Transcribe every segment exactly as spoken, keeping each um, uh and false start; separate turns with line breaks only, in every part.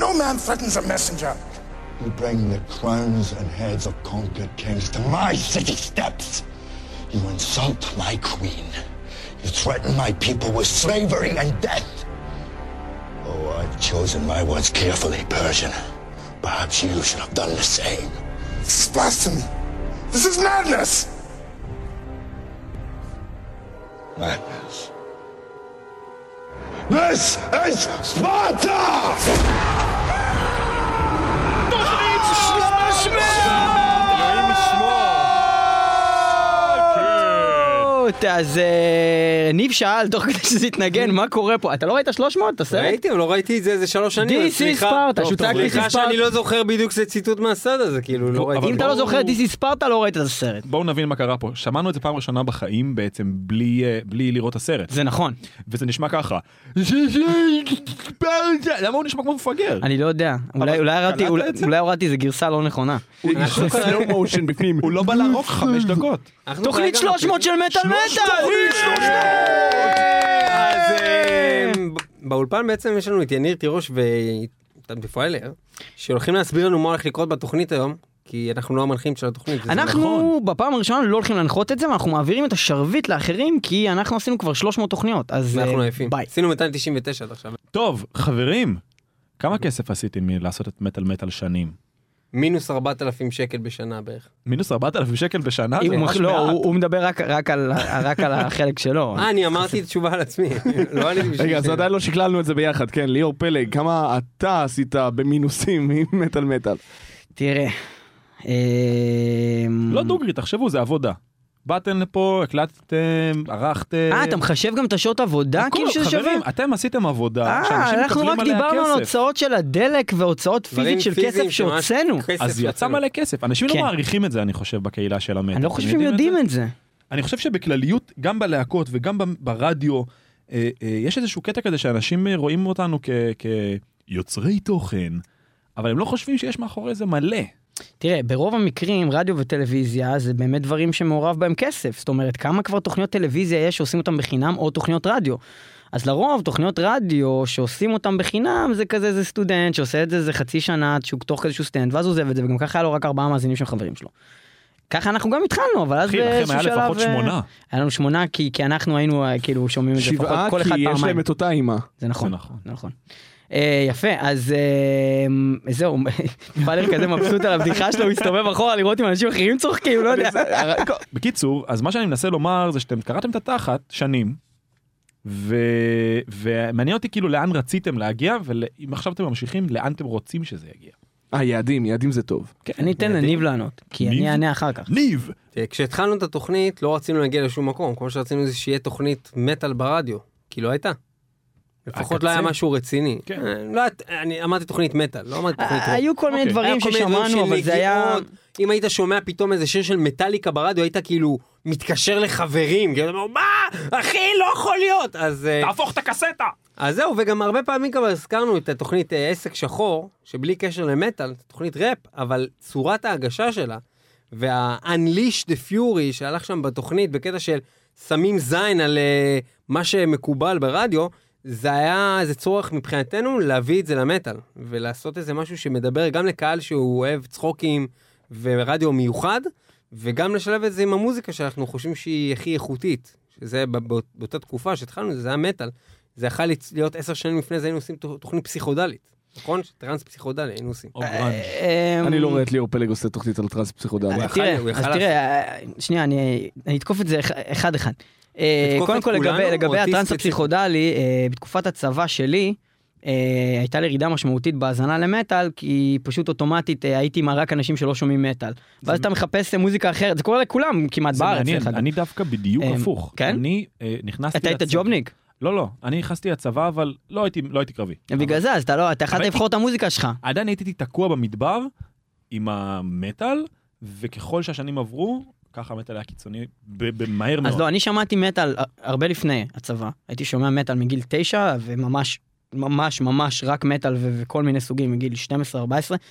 No man threatens a messenger.
You bring the crowns and heads of conquered kings to my city steps. You insult my queen. You threaten my people with slavery and death. Oh, I've chosen my words carefully, Persian. Perhaps you should have done the same.
This is blasphemy. This is madness.
Madness. This is Sparta!
אז ניב שאל תוך כדי שזה התנגן מה קורה פה. אתה לא ראית שלוש מאות את הסרט?
ראיתי, אבל לא ראיתי את זה איזה שלוש שנים.
This is Sparta.
סליחה שאני לא זוכר בדיוק זה ציטוט מהסרט הזה, כאילו לא ראיתי.
אם אתה לא זוכר This is Sparta לא ראית את הסרט.
בואו נבין מה קרה פה. שמענו את זה פעם ראשונה בחיים בעצם בלי לראות הסרט.
זה נכון.
וזה נשמע ככה. למה הוא נשמע כמו מפגר?
אני לא יודע. אולי הורדתי איזה גרסה לא נכונה.
הוא לא בא להרוג חמש דקות.
תוכנית שלוש מאות של מטל מטל!
אז באולפן בעצם יש לנו את יניר תירוש ואיתם דפואלר, שהולכים להסביר לנו מה הולך לקרות בתוכנית היום, כי אנחנו לא המנחים של התוכנית.
אנחנו בפעם הראשונה לא הולכים להנחות את זה, ואנחנו מעבירים את השרביט לאחרים, כי אנחנו עשינו כבר שלוש מאות תוכניות, אז
אנחנו עייפים.
ביי.
עשינו מאתיים תשעים ותשע עד עכשיו.
טוב, חברים, כמה כסף עשיתם מלעשות את מטל מטל שנים?
מינוס ארבעת אלפים שקל בשנה בערך.
מינוס ארבעת אלפים שקל בשנה?
לא, הוא מדבר רק על החלק שלו.
אה, אני אמרתי תשובה על עצמי.
רגע, אז עדיין לא שקללנו את זה ביחד, כן, ליאור פלג, כמה אתה עשית במינוסים עם מטל מטל?
תראה.
לא דוגרי, תחשבו, זה עבודה. באתם לפה, הקלטתם, ערכתם.
אה, אתה מחשב גם את השעות עבודה? כאילו שזה שווה?
חברים, אתם עשיתם עבודה,
אה, אנחנו רק דיברנו על הוצאות של הדלק והוצאות פיזית של כסף שהוצאנו.
אז יצא מלא כסף. אנשים לא מעריכים את זה, אני חושב, בקהילה של המטל.
אני לא חושב שהם יודעים את זה.
אני חושב שבכלליות, גם בלהקות וגם ברדיו, יש איזשהו קטע כזה שאנשים רואים אותנו כיוצרי תוכן, אבל הם לא חושבים שיש מאחורי זה מלא.
תראה, ברוב המקרים, רדיו וטלוויזיה, זה באמת דברים שמעורב בהם כסף. זאת אומרת, כמה כבר תוכניות טלוויזיה יש שעושים אותם בחינם, או תוכניות רדיו. אז לרוב, תוכניות רדיו שעושים אותם בחינם, זה כזה, זה סטודנט שעושה את זה, זה חצי שנה, שהוא תוך כזה שהוא סטודנט, ואז הוא עוזב את זה, וגם ככה היה לו רק ארבעה מאזינים של חברים שלו. ככה אנחנו גם התחלנו, אבל אז
באיזשהו שלב... היה לפחות שמונה.
היה לנו שמונה, כי, כי אנחנו היינו, כאילו, שומעים את זה לפחות כל אחד פעמיים.
שבעה, כי יש להם את אותה אימא.
זה נכון, זה נכון. יפה, אז זהו, פאלר כזה מבסוט על הבדיחה שלו, הוא הסתובב אחורה לראות אם אנשים אחרים צוחקים, לא יודע.
בקיצור, אז מה שאני מנסה לומר זה שאתם קראתם את התחת שנים, ומעניין אותי כאילו לאן רציתם להגיע, ואם עכשיו אתם ממשיכים, לאן אתם רוצים שזה יגיע.
אה, יעדים, יעדים זה טוב.
אני אתן לניב לענות, כי אני אענה אחר כך.
ניב!
כשהתחלנו את התוכנית, לא רצינו להגיע לשום מקום, כמו שרצינו זה שיהיה תוכנית מטל ברדיו, כי לא הייתה. לפחות לא היה משהו רציני. אני אמרתי תוכנית מטל, לא אמרתי תוכנית רוק.
היו כל מיני דברים ששמענו, אבל זה היה...
אם היית שומע פתאום איזה שיר של מטליקה ברדיו, היית כאילו מתקשר לחברים, כאילו, מה? אחי, לא יכול להיות! אז...
תהפוך את הקסטה!
אז זהו, וגם הרבה פעמים כבר הזכרנו את התוכנית עסק שחור, שבלי קשר למטל, תוכנית ראפ, אבל צורת ההגשה שלה, וה-Unleash the Fury שהלך שם בתוכנית, בקטע של שמים זין על מה שמקובל ברדיו, זה היה איזה צורך מבחינתנו להביא את זה למטל, ולעשות איזה משהו שמדבר גם לקהל שהוא אוהב צחוקים ורדיו מיוחד, וגם לשלב את זה עם המוזיקה שאנחנו חושבים שהיא הכי איכותית, שזה באותה תקופה שהתחלנו, זה היה מטל, זה יכול להיות עשר שנים לפני זה היינו עושים תוכנית פסיכודלית, נכון? טרנס פסיכודלי היינו עושים.
אני לא רואה את ליאור פלג עושה תוכנית על טרנס פסיכודלי.
אז תראה, שנייה, אני אתקוף את זה אחד אחד. קודם כל לגבי הטרנס הפסיכודלי, בתקופת הצבא שלי, הייתה לי ירידה משמעותית בהאזנה למטל, כי פשוט אוטומטית הייתי עם רק אנשים שלא שומעים מטל. ואז אתה מחפש מוזיקה אחרת, זה קורה לכולם כמעט בארץ.
אני דווקא בדיוק הפוך.
כן?
אני נכנסתי...
אתה היית ג'ובניק?
לא, לא. אני נכנסתי לצבא, אבל לא הייתי קרבי.
בגלל זה, אז אתה לא, אתה יכולת לבחור את המוזיקה שלך.
עדיין הייתי תקוע במדבר עם המטל, וככל שהשנים עברו, ככה המטל היה קיצוני במהר מאוד.
אז לא, אני שמעתי מטל הרבה לפני הצבא. הייתי שומע מטל מגיל תשע, וממש, ממש, ממש רק מטל וכל מיני סוגים מגיל שתים עשרה ארבע עשרה.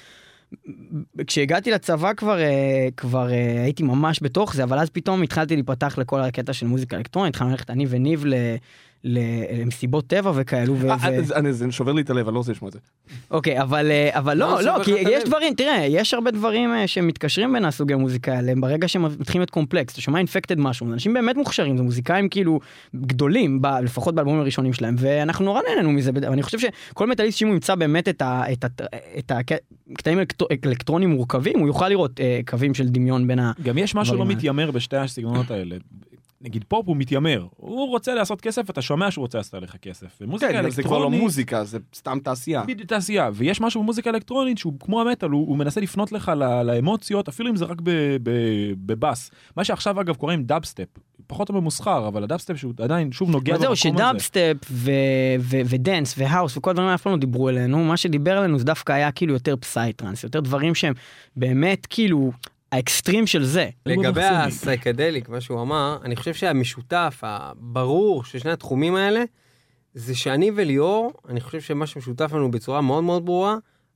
כשהגעתי לצבא כבר, כבר הייתי ממש בתוך זה, אבל אז פתאום התחלתי להיפתח לכל הקטע של מוזיקה אלקטרונית, התחלנו ללכת אני וניב למסיבות טבע וכאלו.
זה שובר לי את הלב, אני לא רוצה לשמוע את זה.
אוקיי, אבל לא, לא, כי יש דברים, תראה, יש הרבה דברים שמתקשרים בין הסוגי המוזיקה האלה, ברגע שהם מתחילים את קומפלקס, אתה שומע אינפקטד משהו, אנשים באמת מוכשרים, זה מוזיקאים כאילו גדולים, לפחות באלבומים הראשונים שלהם, ואנחנו נורא נהנינו מזה, ואני חושב שכל מטאליסט שאם הוא ימצא באמת את הקטעים אלקטרונים מורכבים, הוא יוכל לראות קווים של דמיון בין הדברים.
גם יש משהו לא מתיימר בשתי הסגנונות האלה. נגיד פופ הוא מתיימר, הוא רוצה לעשות כסף, אתה שומע שהוא רוצה לעשות עליך כסף. ומוזיקה אלקטרונית...
זה כבר לא מוזיקה, זה סתם תעשייה.
בדיוק תעשייה, ויש משהו במוזיקה אלקטרונית שהוא כמו המטל, הוא, הוא מנסה לפנות לך לאמוציות, אפילו אם זה רק בבאס. מה שעכשיו אגב קוראים דאבסטפ, פחות ממוסחר, אבל הדאבסטפ שהוא עדיין שוב נוגע במקום הזה.
זהו, שדאבסטפ ודנס והאוס וכל דברים אף לא דיברו אלינו, מה שדיבר אלינו זה דווקא היה כאילו יותר פסייטרנס, יותר דברים שהם באמת כאילו... האקסטרים של זה.
לגבי הסייקדליק, מה שהוא אמר, אני חושב שהמשותף, הברור של שני התחומים האלה, זה שאני וליאור, אני חושב שמה שמשותף לנו בצורה מאוד מאוד ברורה,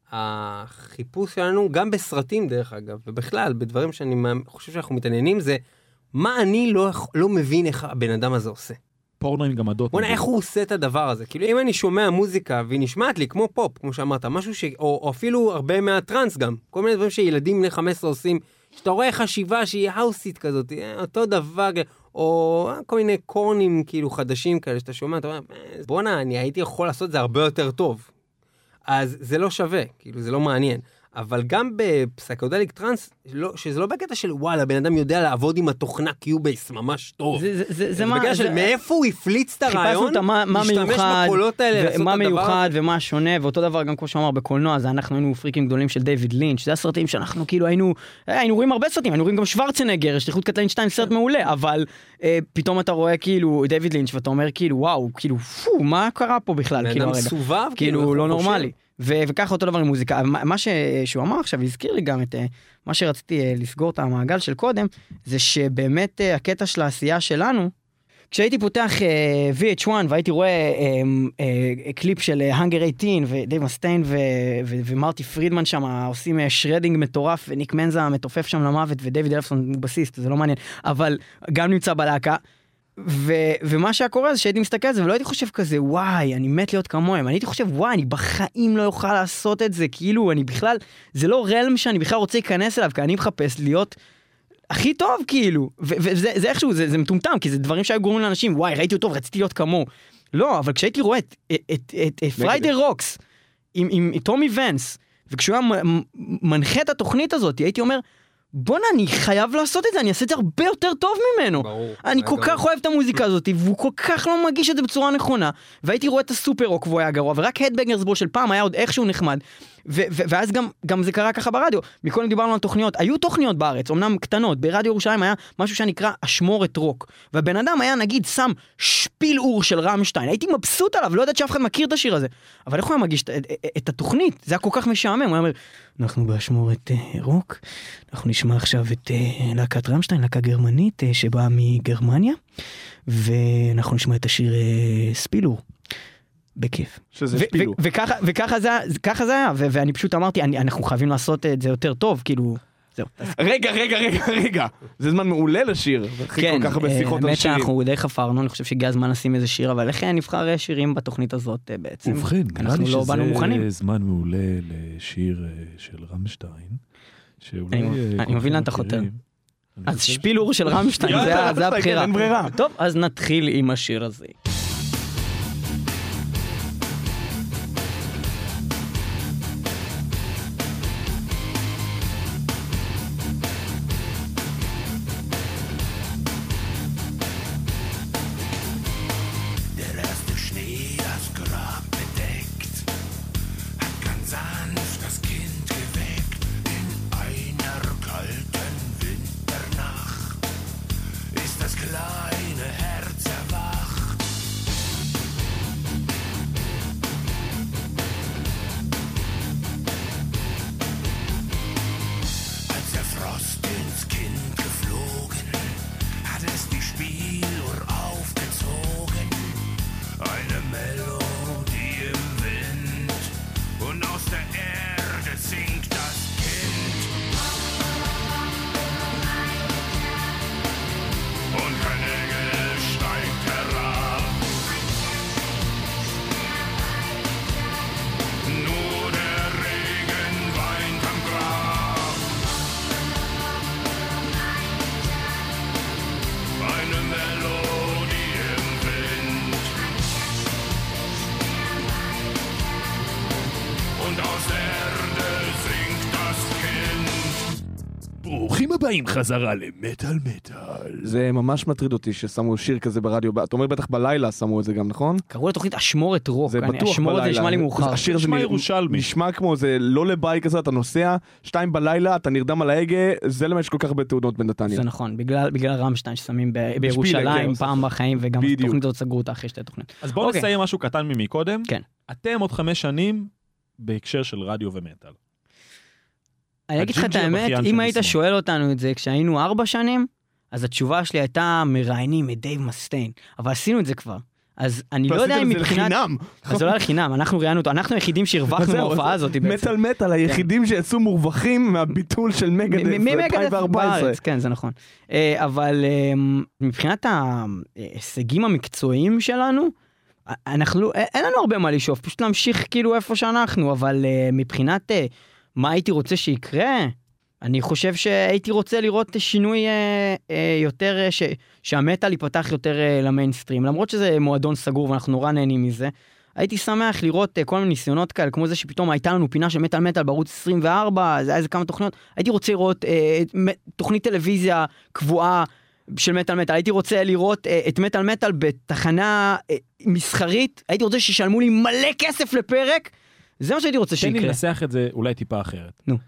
החיפוש שלנו, גם בסרטים דרך אגב, ובכלל, בדברים שאני חושב שאנחנו מתעניינים, זה מה אני לא, לא מבין איך הבן אדם הזה עושה.
פורנו עם גמדות.
בוא'נה, איך הוא עושה את הדבר הזה? כאילו, אם אני שומע מוזיקה, והיא נשמעת לי כמו פופ, כמו שאמרת, משהו ש... או, או אפילו הרבה מהטרנס גם, כל מיני דברים שילדים בני חמש עשרה עושים, שאתה רואה חשיבה שהיא האוסית כזאת, אותו דבר, או כל מיני קורנים כאילו חדשים כאלה, שאתה שומע, אתה אומר, בוא'נה, אני הייתי יכול לעשות זה הרבה יותר טוב. אז זה לא שווה, כאילו, זה לא מעניין. אבל גם בפסייקודליק טרנס, שזה לא בקטע של וואלה, בן אדם יודע לעבוד עם התוכנה קיובייס ממש טוב. זה בקטע של מאיפה הוא הפליץ את הרעיון, להשתמש בקולות האלה, לעשות את הדבר.
מה מיוחד ומה שונה, ואותו דבר גם כמו שאמר בקולנוע, אז אנחנו היינו פריקים גדולים של דיוויד לינץ', זה הסרטים שאנחנו כאילו היינו, היינו רואים הרבה סרטים, היינו רואים גם שוורצנגר, שליחות קטלין שתיים, סרט מעולה, אבל פתאום אתה רואה כאילו דיוויד לינץ' ואתה אומר כאילו וואו, כאילו פו, מה קרה פה בכלל? כאילו לא נורמלי. וככה אותו דבר עם מוזיקה. מה שהוא אמר עכשיו, הזכיר לי גם את מה שרציתי לסגור את המעגל של קודם, זה שבאמת הקטע של העשייה שלנו, כשהייתי פותח וי אייץ' וואן והייתי רואה קליפ של Hunger שמונה עשרה ודייב מסטיין ומרטי פרידמן שם עושים שרדינג מטורף וניק מנזה מתופף שם למוות ודייוויד אלפסון בסיסט, זה לא מעניין, אבל גם נמצא בלהקה. ו- ומה שהיה קורה זה שהייתי מסתכל על זה ולא הייתי חושב כזה וואי אני מת להיות כמוהם, אני הייתי חושב וואי אני בחיים לא אוכל לעשות את זה, כאילו אני בכלל זה לא רלם שאני בכלל רוצה להיכנס אליו, כי אני מחפש להיות הכי טוב כאילו, ו- וזה זה איכשהו זה, זה מטומטם, כי זה דברים שהיו גורמים לאנשים וואי ראיתי אותו ורציתי להיות כמוהו, לא, אבל כשהייתי רואה את, את, את, את, את פריידי רוקס עם, עם, עם טומי ונס וכשהוא היה מנחה את התוכנית הזאת הייתי אומר בוא'נה, אני חייב לעשות את זה, אני אעשה את זה הרבה יותר טוב ממנו. ברור. אני כל כך אוהב את המוזיקה הזאת, והוא כל כך לא מגיש את זה בצורה נכונה, והייתי רואה את הסופר רוק והוא היה גרוע, ורק הדבנגרס בו של פעם היה עוד איכשהו נחמד, ו- ו- ואז גם, גם זה קרה ככה ברדיו. מקודם דיברנו על תוכניות, היו תוכניות בארץ, אמנם קטנות, ברדיו ירושלים היה משהו שנקרא אשמורת רוק, והבן אדם היה נגיד שם שפיל אור של רמשטיין, הייתי מבסוט עליו, לא יודעת שאף אחד מכיר את השיר הזה, אבל איך הוא היה מגיש את, את, את התוכנית? זה היה כל כך משעמם, הוא היה אומר, אנחנו באשמורת רוק, אנחנו נשמע עכשיו את להקת רמשטיין, להקה גרמנית שבאה מגרמניה, ואנחנו נשמע את השיר ספילור. בכיף.
שזה שפילו.
וככה, וככה זה, ככה זה היה, ואני פשוט אמרתי, אנחנו חייבים לעשות את זה יותר טוב, כאילו, זהו.
רגע, רגע, רגע, רגע. זה זמן מעולה לשיר.
כן, האמת שאנחנו די חפרנו, אני חושב שהגיע הזמן לשים איזה שיר, אבל איך נבחר שירים בתוכנית הזאת בעצם?
ובכן, נראה לי שזה זמן מעולה לשיר של רמשטיין,
אני מבין לאן אתה חותר. אז שפילור של רמשטיין, זה הבחירה.
אין ברירה.
טוב, אז נתחיל עם השיר הזה.
Kleine Herz erwacht.
ברוכים הבאים חזרה למטל מטל.
זה ממש מטריד אותי ששמו שיר כזה ברדיו, אתה אומר בטח בלילה שמו את זה גם, נכון?
קראו לתוכנית אשמורת רוק,
זה בטוח
אשמורת זה נשמע לי מאוחר.
השיר הזה
נשמע ירושלמי.
נשמע כמו זה לא לביי כזה, אתה נוסע, שתיים בלילה, אתה נרדם על ההגה, זה למה יש כל כך הרבה תאונות בנתניה.
זה נכון, בגלל רמשטיין ששמים בירושלים פעם בחיים, וגם התוכנית הזאת סגרו אותה אחרי שתי תוכנית.
אז בואו נסיים משהו קטן ממקודם.
כן.
אתם עוד חמש שנים בהקשר של רדיו ומטל.
אני אגיד לך את האמת, אם היית שואל אותנו את זה כשהיינו ארבע שנים, אז התשובה שלי הייתה מראיינים את דייב מסטיין, אבל עשינו את זה כבר. אז אני לא יודע אם מבחינת... אז זה לא לחינם, אנחנו ראיינו אותו, אנחנו היחידים שהרווחנו מההופעה הזאת בעצם.
מטל מטל, היחידים שיצאו מורווחים מהביטול של מגדף ב-אלפיים וארבע עשרה.
כן, זה נכון. אבל מבחינת ההישגים המקצועיים שלנו, אנחנו, אין לנו הרבה מה לשאוף, פשוט להמשיך כאילו איפה שאנחנו, אבל מבחינת מה הייתי רוצה שיקרה, אני חושב שהייתי רוצה לראות שינוי אה, אה, יותר, אה, ש, שהמטל ייפתח יותר אה, למיינסטרים, למרות שזה מועדון סגור ואנחנו נורא נהנים מזה. הייתי שמח לראות אה, כל מיני ניסיונות כאלה, כמו זה שפתאום הייתה לנו פינה של מטל מטל בערוץ עשרים וארבע, זה היה איזה כמה תוכניות. הייתי רוצה לראות אה, תוכנית טלוויזיה קבועה של מטל מטל, הייתי רוצה לראות אה, את מטל מטל בתחנה אה, מסחרית, הייתי רוצה שישלמו לי מלא כסף לפרק, זה מה שהייתי רוצה שיקרה.
תן לי לנסח את זה אולי טיפה אחרת.
נו.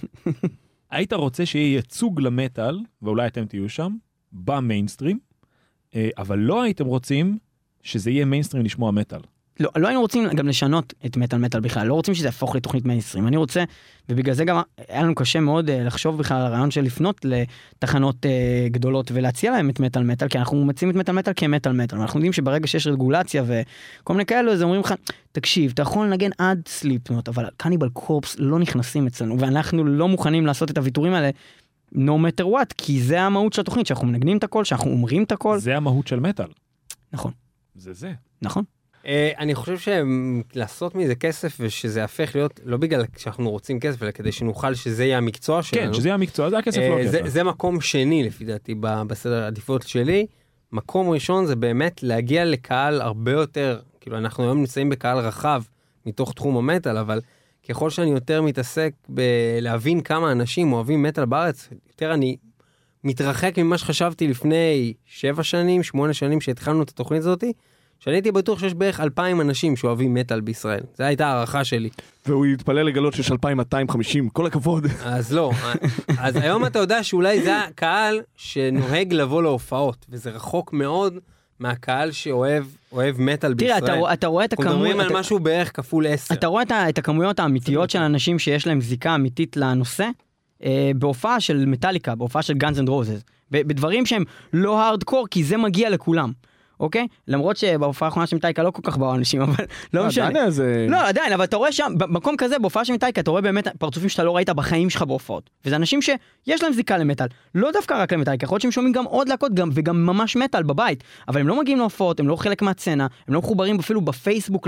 היית רוצה שיהיה ייצוג למטל, ואולי אתם תהיו שם, במיינסטרים, אבל לא הייתם רוצים שזה יהיה מיינסטרים לשמוע מטל.
לא, לא היינו רוצים גם לשנות את מטל מטל בכלל, לא רוצים שזה יהפוך לתוכנית מיינסטרים. אני רוצה, ובגלל זה גם היה לנו קשה מאוד לחשוב בכלל על הרעיון של לפנות לתחנות גדולות ולהציע להם את מטל מטל, כי אנחנו מציעים את מטל מטל כמטל מטל. אנחנו יודעים שברגע שיש רגולציה וכל מיני כאלו, אז אומרים לך, תקשיב, אתה יכול לנגן עד סליפנוט, אבל קניבל קורפס לא נכנסים אצלנו, ואנחנו לא מוכנים לעשות את הוויתורים האלה, no matter what, כי זה המהות של התוכנית, שאנחנו מנגנים את הכל, שאנחנו אומרים את הכל.
זה המהות של מטל.
נכון.
זה זה.
נכון.
אני חושב שלעשות מזה כסף ושזה יהפך להיות, לא בגלל שאנחנו רוצים כסף, אלא כדי שנוכל שזה יהיה המקצוע שלנו.
כן, שזה יהיה המקצוע, זה הכסף לא כסף.
זה מקום שני לפי דעתי בסדר העדיפות שלי. מקום ראשון זה באמת להגיע לקהל הרבה יותר, כאילו אנחנו היום נמצאים בקהל רחב מתוך תחום המטל, אבל ככל שאני יותר מתעסק בלהבין כמה אנשים אוהבים מטל בארץ, יותר אני מתרחק ממה שחשבתי לפני שבע שנים, שמונה שנים שהתחלנו את התוכנית הזאת, שאני הייתי בטוח שיש בערך אלפיים אנשים שאוהבים מטל בישראל. זו הייתה הערכה שלי.
והוא יתפלל לגלות שיש אלפיים מאתיים וחמישים, כל הכבוד.
אז לא. אז היום אתה יודע שאולי זה הקהל שנוהג לבוא להופעות, וזה רחוק מאוד מהקהל שאוהב אוהב מטל בישראל.
תראה, אתה רואה את הכמות...
אנחנו מדברים על משהו בערך כפול עשר.
אתה רואה את הכמויות האמיתיות של אנשים שיש להם זיקה אמיתית לנושא, בהופעה של מטליקה, בהופעה של גאנז אנד רוזס, בדברים שהם לא הארדקור, כי זה מגיע לכולם. אוקיי? למרות שבהופעה האחרונה של מטאיקה לא כל כך באו אנשים, אבל לא משנה. לא, עדיין, אבל אתה רואה שם, במקום כזה, בהופעה של מטאיקה, אתה רואה באמת פרצופים שאתה לא ראית בחיים שלך בהופעות. וזה אנשים שיש להם זיקה למטל. לא דווקא רק למטאיקה, יכול להיות שהם שומעים גם עוד להקות, וגם ממש מטל בבית. אבל הם לא מגיעים להופעות, הם לא חלק מהצנה, הם לא מחוברים אפילו בפייסבוק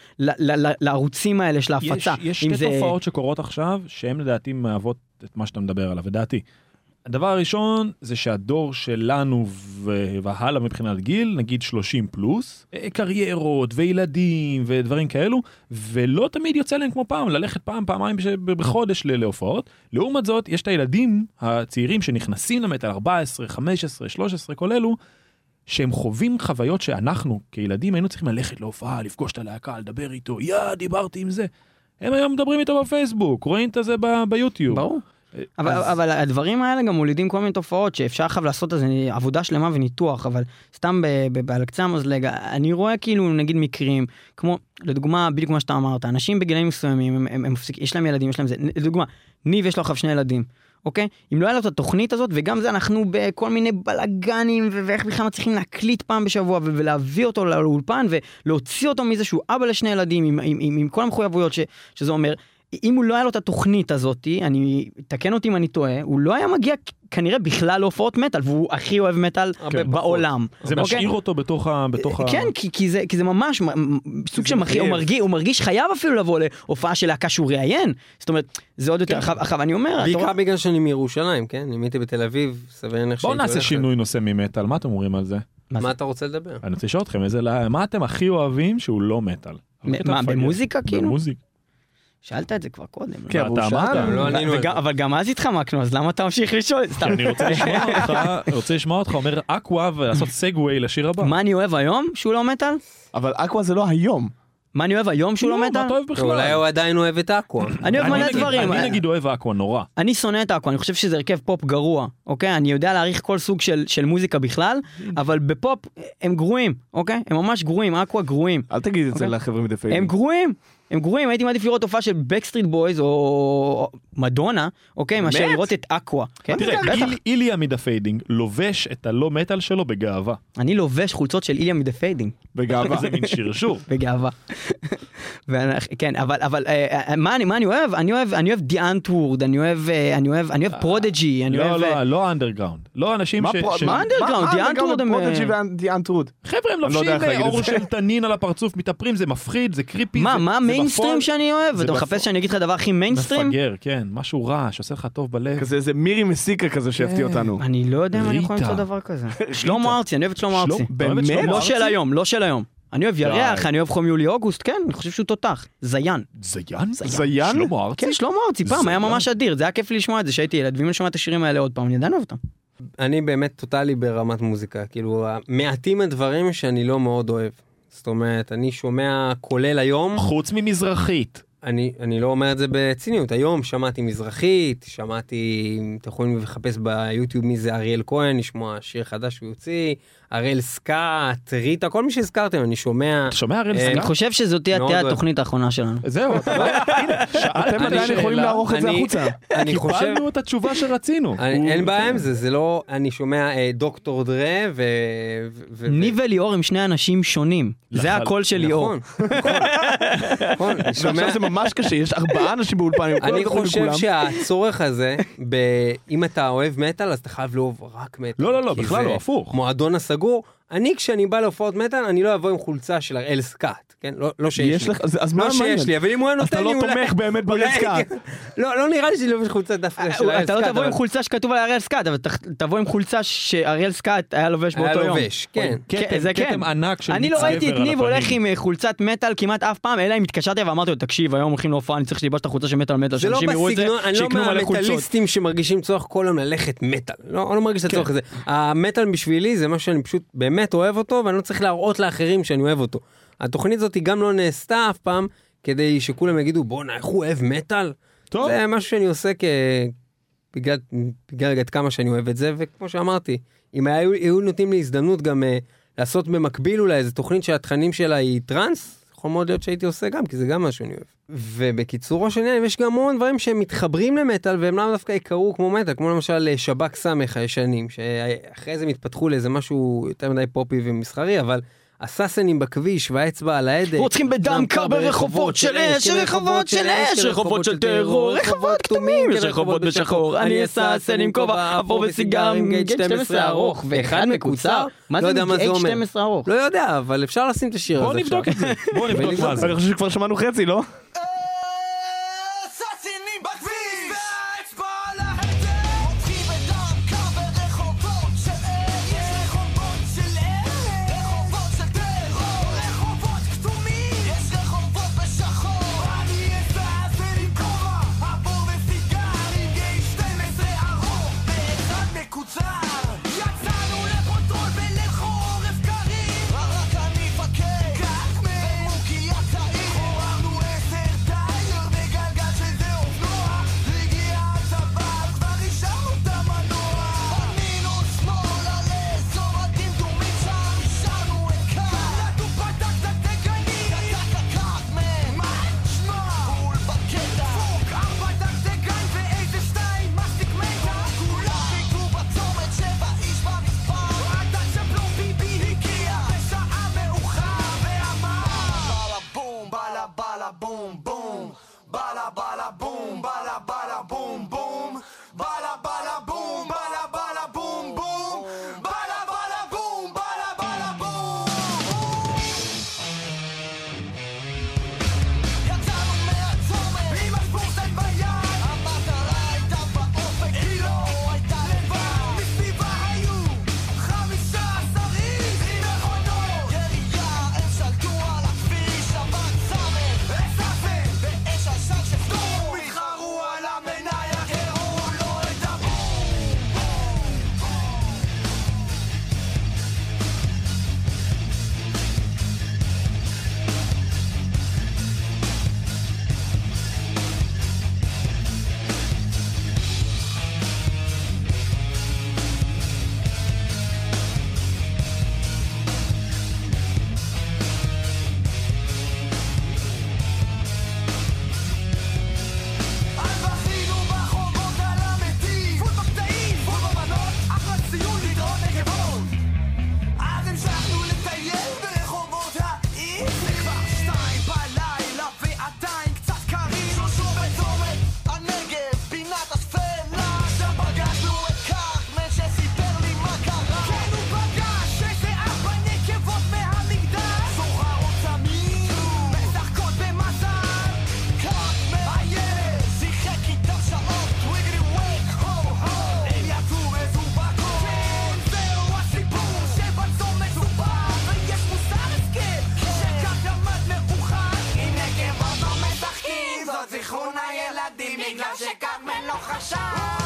לערוצים האלה של ההפצה.
יש שתי תופעות שקורות עכשיו, שהן לדעתי מהוות את מה שאתה מדבר עליו, ודעתי. הדבר הראשון זה שהדור שלנו והלאה מבחינת גיל, נגיד שלושים פלוס, קריירות וילדים ודברים כאלו, ולא תמיד יוצא להם כמו פעם, ללכת פעם, פעמיים בחודש להופעות. לעומת זאת, יש את הילדים הצעירים שנכנסים למטל ארבע עשרה, חמש עשרה, שלוש עשרה, כל אלו, שהם חווים חוויות שאנחנו כילדים היינו צריכים ללכת להופעה, לפגוש את הלהקה, לדבר איתו, יא, דיברתי עם זה. הם היום מדברים איתו בפייסבוק, רואים את זה ביוטיוב.
ברור. אבל, אז... אבל הדברים האלה גם מולידים כל מיני תופעות שאפשר עכשיו לעשות איזה עבודה שלמה וניתוח, אבל סתם על קצה המזלג, אני רואה כאילו נגיד מקרים, כמו לדוגמה בדיוק מה שאתה אמרת, אנשים בגילאים מסוימים, הם, הם, הם, יש להם ילדים, יש להם זה, לדוגמה, ניב יש לו עכשיו שני ילדים, אוקיי? אם לא היה לו את התוכנית הזאת, וגם זה אנחנו בכל מיני בלגנים, ואיך בכלל מצליחים להקליט פעם בשבוע, ולהביא אותו לאולפן, ולהוציא אותו מזה שהוא אבא לשני ילדים, עם, עם, עם, עם כל המחויבויות ש, שזה אומר, אם הוא לא היה לו את התוכנית הזאת, אני, תקן אותי אם אני טועה, הוא לא היה מגיע כנראה בכלל להופעות מטל, והוא הכי אוהב מטל בעולם.
זה משאיר אותו בתוך ה...
כן, כי זה ממש סוג שמחיר, הוא מרגיש חייב אפילו לבוא להופעה של להקה שהוא ראיין. זאת אומרת, זה עוד יותר, עכשיו אני אומר...
בעיקר בגלל שאני מירושלים, כן? אם הייתי בתל אביב, סביר איך
בואו נעשה שינוי נושא ממטל, מה אתם אומרים על זה?
מה אתה רוצה לדבר?
אני רוצה לשאול אתכם, מה אתם הכי אוהבים שהוא לא מטל?
מה, במוזיקה כאילו?
במוזיקה.
שאלת את זה כבר קודם.
כן,
ואתה
הוא
אמרת,
שאל.
לא ענינו על
וגם- אבל גם אז התחמקנו, אז למה אתה ממשיך לשאול? סתם.
אני רוצה לשמוע אותך, רוצה לשמוע אותך אומר אקווה ולעשות סגווי לשיר הבא.
מה אני אוהב היום שהוא לא מטאל?
אבל אקווה זה לא היום.
מה אני אוהב היום שהוא לא
מה
מטאל?
אתה אוהב בכלל?
אולי הוא עדיין אוהב את אקווה.
אני אוהב
אני
מלא
נגיד-
דברים.
אני נגיד אוהב אקווה נורא.
אני שונא את אקווה, אני חושב שזה הרכב פופ גרוע, אוקיי? אני יודע להעריך כל סוג של, של מוזיקה בכלל, אבל בפופ הם גרועים, אוקיי? הם ממש גרועים, אקווה גרועים.
אל תגיד את זה
אוקיי.
לחבר'ה מדה פיידים.
הם גרועים, הם גרועים, הייתי מעדיף לראות תופעה של בקסטריט בויז או מדונה, אוקיי? מאשר לראות את אקווה. כן,
תראה,
בטח.
איל- איליה מידה פיידינג לובש את הלא מטאל שלו בגאווה.
אני לובש חולצות של איליה מדה פיידינג,
בגאווה.
זה מין שרשור.
בגאווה. ואנחנו- כן, אבל, אבל, אה, אה, מה אני, מה אני אוהב? אני אוהב, אני אוהב די אנטוורד, אני אוהב, אה, אני אוהב, אני אוהב פרודג'י, אני
לא,
אוהב... אה,
לא, לא אנדרגראונד. לא אנשים
מה
ש...
פרו-
ש-
מה אנדרגראונד? די אנטוורד הם...
פרודג'י ודי אנטרוד.
חבר'ה, הם
אני לא יודע
לובשים
איך להגיד את
אור
זה.
של תנין על הפרצוף, מתאפרים, זה מפחיד, זה קריפי.
מה,
זה-
מה
זה
המיינסטרים
בפועל
שאני אוהב?
זה
אתה
בפועל.
מחפש שאני אגיד לך דבר הכי מיינסטרים?
מפגר, כן, משהו רע, שעושה לך טוב בלב.
כזה איזה מירי מסיקה כזה שהפתיע אותנו.
אני לא יודע אם אני יכול
ריטה.
למצוא דבר כזה. שלמה ארצי, אני אוהב את שלמה
שלמה-
ארצי.
אתה אוהב את
באמת?
שלמה
לא
ארצי?
של היום, לא של היום. אני אוהב ירח,
די.
אני אוהב חום יולי אוגוסט, כן, אני חושב שהוא תותח. זיין.
זיין?
זיין?
שלמה ארצי?
כן, שלמה ארצי, פעם היה
זיין.
ממש אדיר, זה היה כיף לי לשמוע את זה שהייתי ילד, ואם אני שומע את השירים האלה עוד פעם, אני עדיין אוהב אותם.
אני באמת טוטלי ברמת מוזיקה, כאילו מעטים הדברים שאני לא מאוד אוהב. זאת אומרת, אני שומע כולל היום,
חוץ ממזרחית.
אני, אני לא אומר את זה בציניות, היום שמעתי מזרחית, שמעתי, אתם יכולים לחפש ביוטיוב מי זה אריאל כהן, לשמוע שיר חדש שהוא יוציא, אריאל סקאט, ריטה, כל מי שהזכרתם, אני שומע...
אתה שומע הראל
אה,
אני
סקאט?
חושב שזאת תהיה
מאוד
תהיה
אוהב.
התוכנית האחרונה שלנו.
זהו, אתה רואה? הנה,
אתם
שאלתי
עדיין
שאלה,
יכולים לערוך את זה
אני-
החוצה.
אני חושב...
קיבלנו את התשובה שרצינו.
אני, אין בעיה עם זה, זה לא... אני שומע אה, דוקטור דרה ו... ו- ו-
ניב וליאור הם שני אנשים שונים. זה
לחל-
הקול של ליאור.
נכון, נכון, נכון, אני שומע...
ועכשיו זה ממש קשה, יש ארבעה אנשים באולפן, הם כל
אני
הזמן
חושב
לכולם.
שהצורך הזה, ב... אם אתה אוהב מטל, אז אתה חייב לאהוב רק מטל.
לא, לא, לא,
כי
בכלל
זה
לא, הפוך.
מועדון הסגור. אני, כשאני בא להופעות מטל, אני לא אבוא עם חולצה של הראל סקאט, כן? לא, לא שיש
יש
לי.
לך, אז- אז מה
לא שיש
העניין?
לי, אבל אם הוא היה
אז
נותן
אתה
לי
לא
אולי...
תומך באמת
אולי-
בראל סקאט.
לא, לא נראה לי שאני לובש חולצה דווקא של הראל
אתה
סקאט.
לא תבוא
אבל-
עם חולצה שכתוב על אריאל סקאט, אבל ת- תבוא עם חולצה שאריאל סקאט היה לובש
היה
באותו יום.
לובש, כן.
כן, זה כן.
כתם ענק של
אני
מיץ
לא ראיתי
גבר
את
על
ניב
הפנים.
הולך עם אה, חולצת מטאל כמעט אף פעם, אלא אם התקשרתי ואמרתי לו, תקשיב, היום הולכים להופעה, אני צריך שתלבש את החולצה של מטאל מטאל,
זה לא
שאנשים יראו את זה,
בסגנון, אני לא
שיקנו מלא חולצות.
מהמטאליסטים שמרגישים צורך כל היום ללכת מטאל. לא, אני לא מרגיש את הצורך הזה. המטאל בשבילי זה משהו שאני פשוט באמת אוהב אותו, ואני לא צריך להראות לאחרים שאני אוהב אותו. התוכנית הזאת היא גם לא נעשתה אף פעם, כדי שכולם יגידו, בוא'נה, איך הוא אוהב מטאל?
טוב.
זה משהו שאני עושה כ... בגלל, בגלל עד כמה שאני אוהב את זה, וכמו שאמרתי, אם היו, היו נותנים לי הזדמנות גם uh, לעשות במקביל אולי איזו תוכנית שהתכנים שלה היא טרנס, יכול מאוד להיות שהייתי עושה גם, כי זה גם משהו שאני אוהב. ובקיצורו של עניין, יש גם המון דברים שהם מתחברים למטל, והם לא דווקא יקראו כמו מטל, כמו למשל שב"כ סמך הישנים, שאחרי זה מתפתחו לאיזה משהו יותר מדי פופי ומסחרי, אבל הססנים בכביש והאצבע על ההדק.
רוצחים בדם קר ברחובות של אש, רחובות של אש, רחובות של טרור, רחובות כתומים, יש רחובות בשחור, אני אססן עם כובע, אפור וסיגר עם גייט שתים עשרה ארוך, ואחד מקוצר. מה זה גייט שתים עשרה ארוך?
לא יודע, אבל אפשר לשים את השיר הזה.
בוא נבדוק את זה. בוא נבדוק מה זה.
אני חושב שכבר שמענו חצי, לא?
אססינים בכביש והאצבע על ההדק רוצחים בדם קר ברחובות של אש יש רחובות של אש רחובות של טרור רחובות כתומים יש רחובות בשחור אני אססן עם כובע אפור וסיגר עם גייט שתים עשרה ארוך ואחד מקוצר יצאנו לפרוטול בליל חורף קריר רק אני מפקד כך ממוקי הצעיר חוררנו עשר זיכרון הילדים בגלל שקרמן לא חשב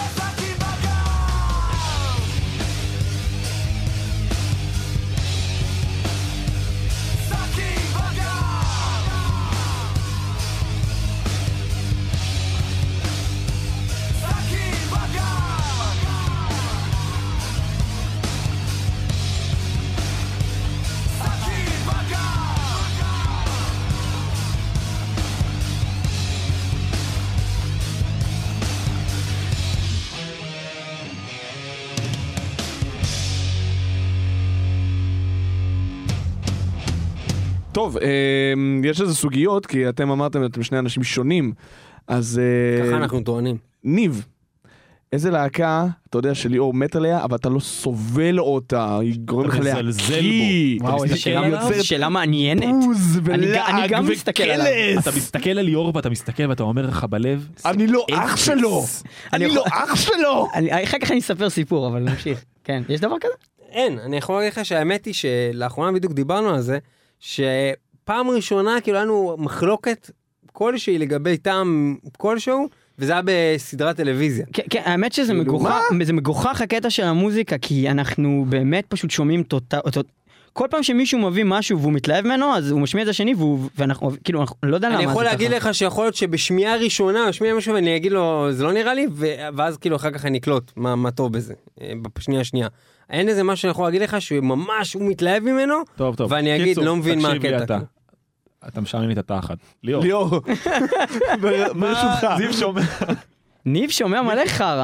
טוב, יש איזה סוגיות, כי אתם אמרתם, אתם שני אנשים שונים, אז...
ככה אנחנו טוענים.
ניב, איזה להקה, אתה יודע שליאור מת עליה, אבל אתה לא סובל אותה, היא גורם לך להקיא.
וואו, איזו שאלה מעניינת.
בוז
אני
ולעג
גם מסתכל עליו.
אתה מסתכל על ליאור ואתה מסתכל ואתה אומר לך בלב,
אני לא אח שלו! אני לא אח שלו!
אחר כך אני אספר סיפור, אבל נמשיך. כן, יש דבר כזה?
אין, אני יכול להגיד לך שהאמת היא שלאחרונה בדיוק דיברנו על זה, שפעם ראשונה כאילו לנו מחלוקת כלשהי לגבי טעם כלשהו, וזה היה בסדרת טלוויזיה.
כן, כן, האמת שזה מגוחך, זה מגוחך הקטע של המוזיקה, כי אנחנו באמת פשוט שומעים אותו, כל פעם שמישהו מביא משהו והוא מתלהב ממנו, אז הוא משמיע את השני, ואנחנו, כאילו, אנחנו לא יודע למה זה ככה.
אני יכול להגיד לך שיכול להיות שבשמיעה ראשונה, בשמיעה משהו, ואני אגיד לו, זה לא נראה לי, ואז כאילו אחר כך אני אקלוט מה טוב בזה, בשנייה השנייה. אין איזה משהו שאני יכול להגיד לך שממש הוא מתלהב ממנו,
טוב, טוב.
ואני אגיד, לא מבין מה הקטע.
אתה. אתה משעמם לי את התחת. ליאור.
ליאור. ברשותך.
זיו שומע.
ניב שומע מלא חרה.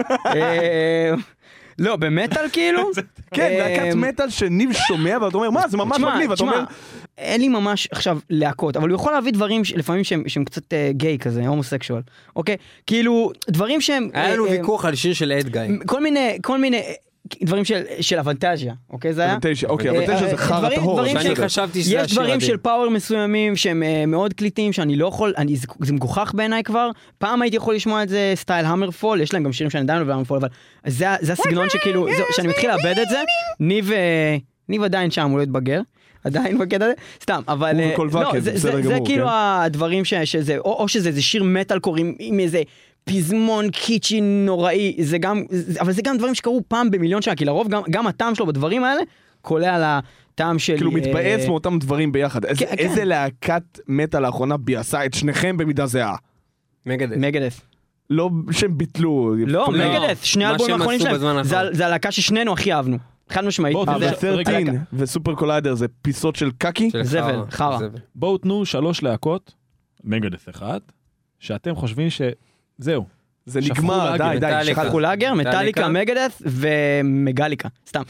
לא, במטל כאילו?
כן, להקת מטל שניב שומע, ואתה אומר, מה, זה ממש מגניב, אתה אומר...
אין לי ממש עכשיו להקות, אבל הוא יכול להביא דברים לפעמים שהם קצת גיי כזה, הומוסקשואל, אוקיי? כאילו, דברים שהם...
היה לנו ויכוח על שיר של אד גיא.
כל מיני, כל מיני... דברים של, של אבנטזיה, אוקיי, זה היה?
אבנטזיה, אוקיי, אבנטזיה זה חר הטהור.
שאני חשבתי שזה
יש דברים של פאוור מסוימים שהם מאוד קליטים, שאני לא יכול, אני, זה מגוחך בעיניי כבר, פעם הייתי יכול לשמוע את זה סטייל המרפול, יש להם גם שירים שאני עדיין לא המרפול, אבל זה, זה הסגנון שכאילו, זה, שאני מתחיל לאבד את זה, ניב, ניב עדיין שם, הוא לא התבגר, עדיין בקטע הזה, סתם, אבל, לא, זה, זה, זה כאילו הדברים שזה, או, או שזה זה שיר מטל קוראים עם איזה, פזמון קיצ'י נוראי, זה גם, אבל זה גם דברים שקרו פעם במיליון שעה, כי לרוב גם, גם הטעם שלו בדברים האלה, קולה על הטעם של...
כאילו מתבאס מאותם דברים ביחד. איזה,
כן,
איזה
כן.
להקת מטה לאחרונה ביאסה את שניכם במידה זהה?
מגדס.
מגדס.
לא שהם ביטלו.
לא, מגדס, שני
מה
האלבומים
שהם
האחרונים
עשו בזמן
שלהם, זה,
האחרון.
זה הלהקה ששנינו הכי אהבנו. חד משמעית.
בואו,
זה-
ו-שלוש עשרה
הלהקה.
וסופר קוליידר זה פיסות של קקי?
של
זבל, חרא.
זבל.
בואו תנו שלוש להקות, מגדס אחד, שאתם חושבים שזהו.
זה
שפכו
נגמר,
לאגר,
די, די.
מטאליקה.
שכחנו.
שפכו לאגר, מטאליקה,
מטאליקה.
מגדס ומגליקה, סתם.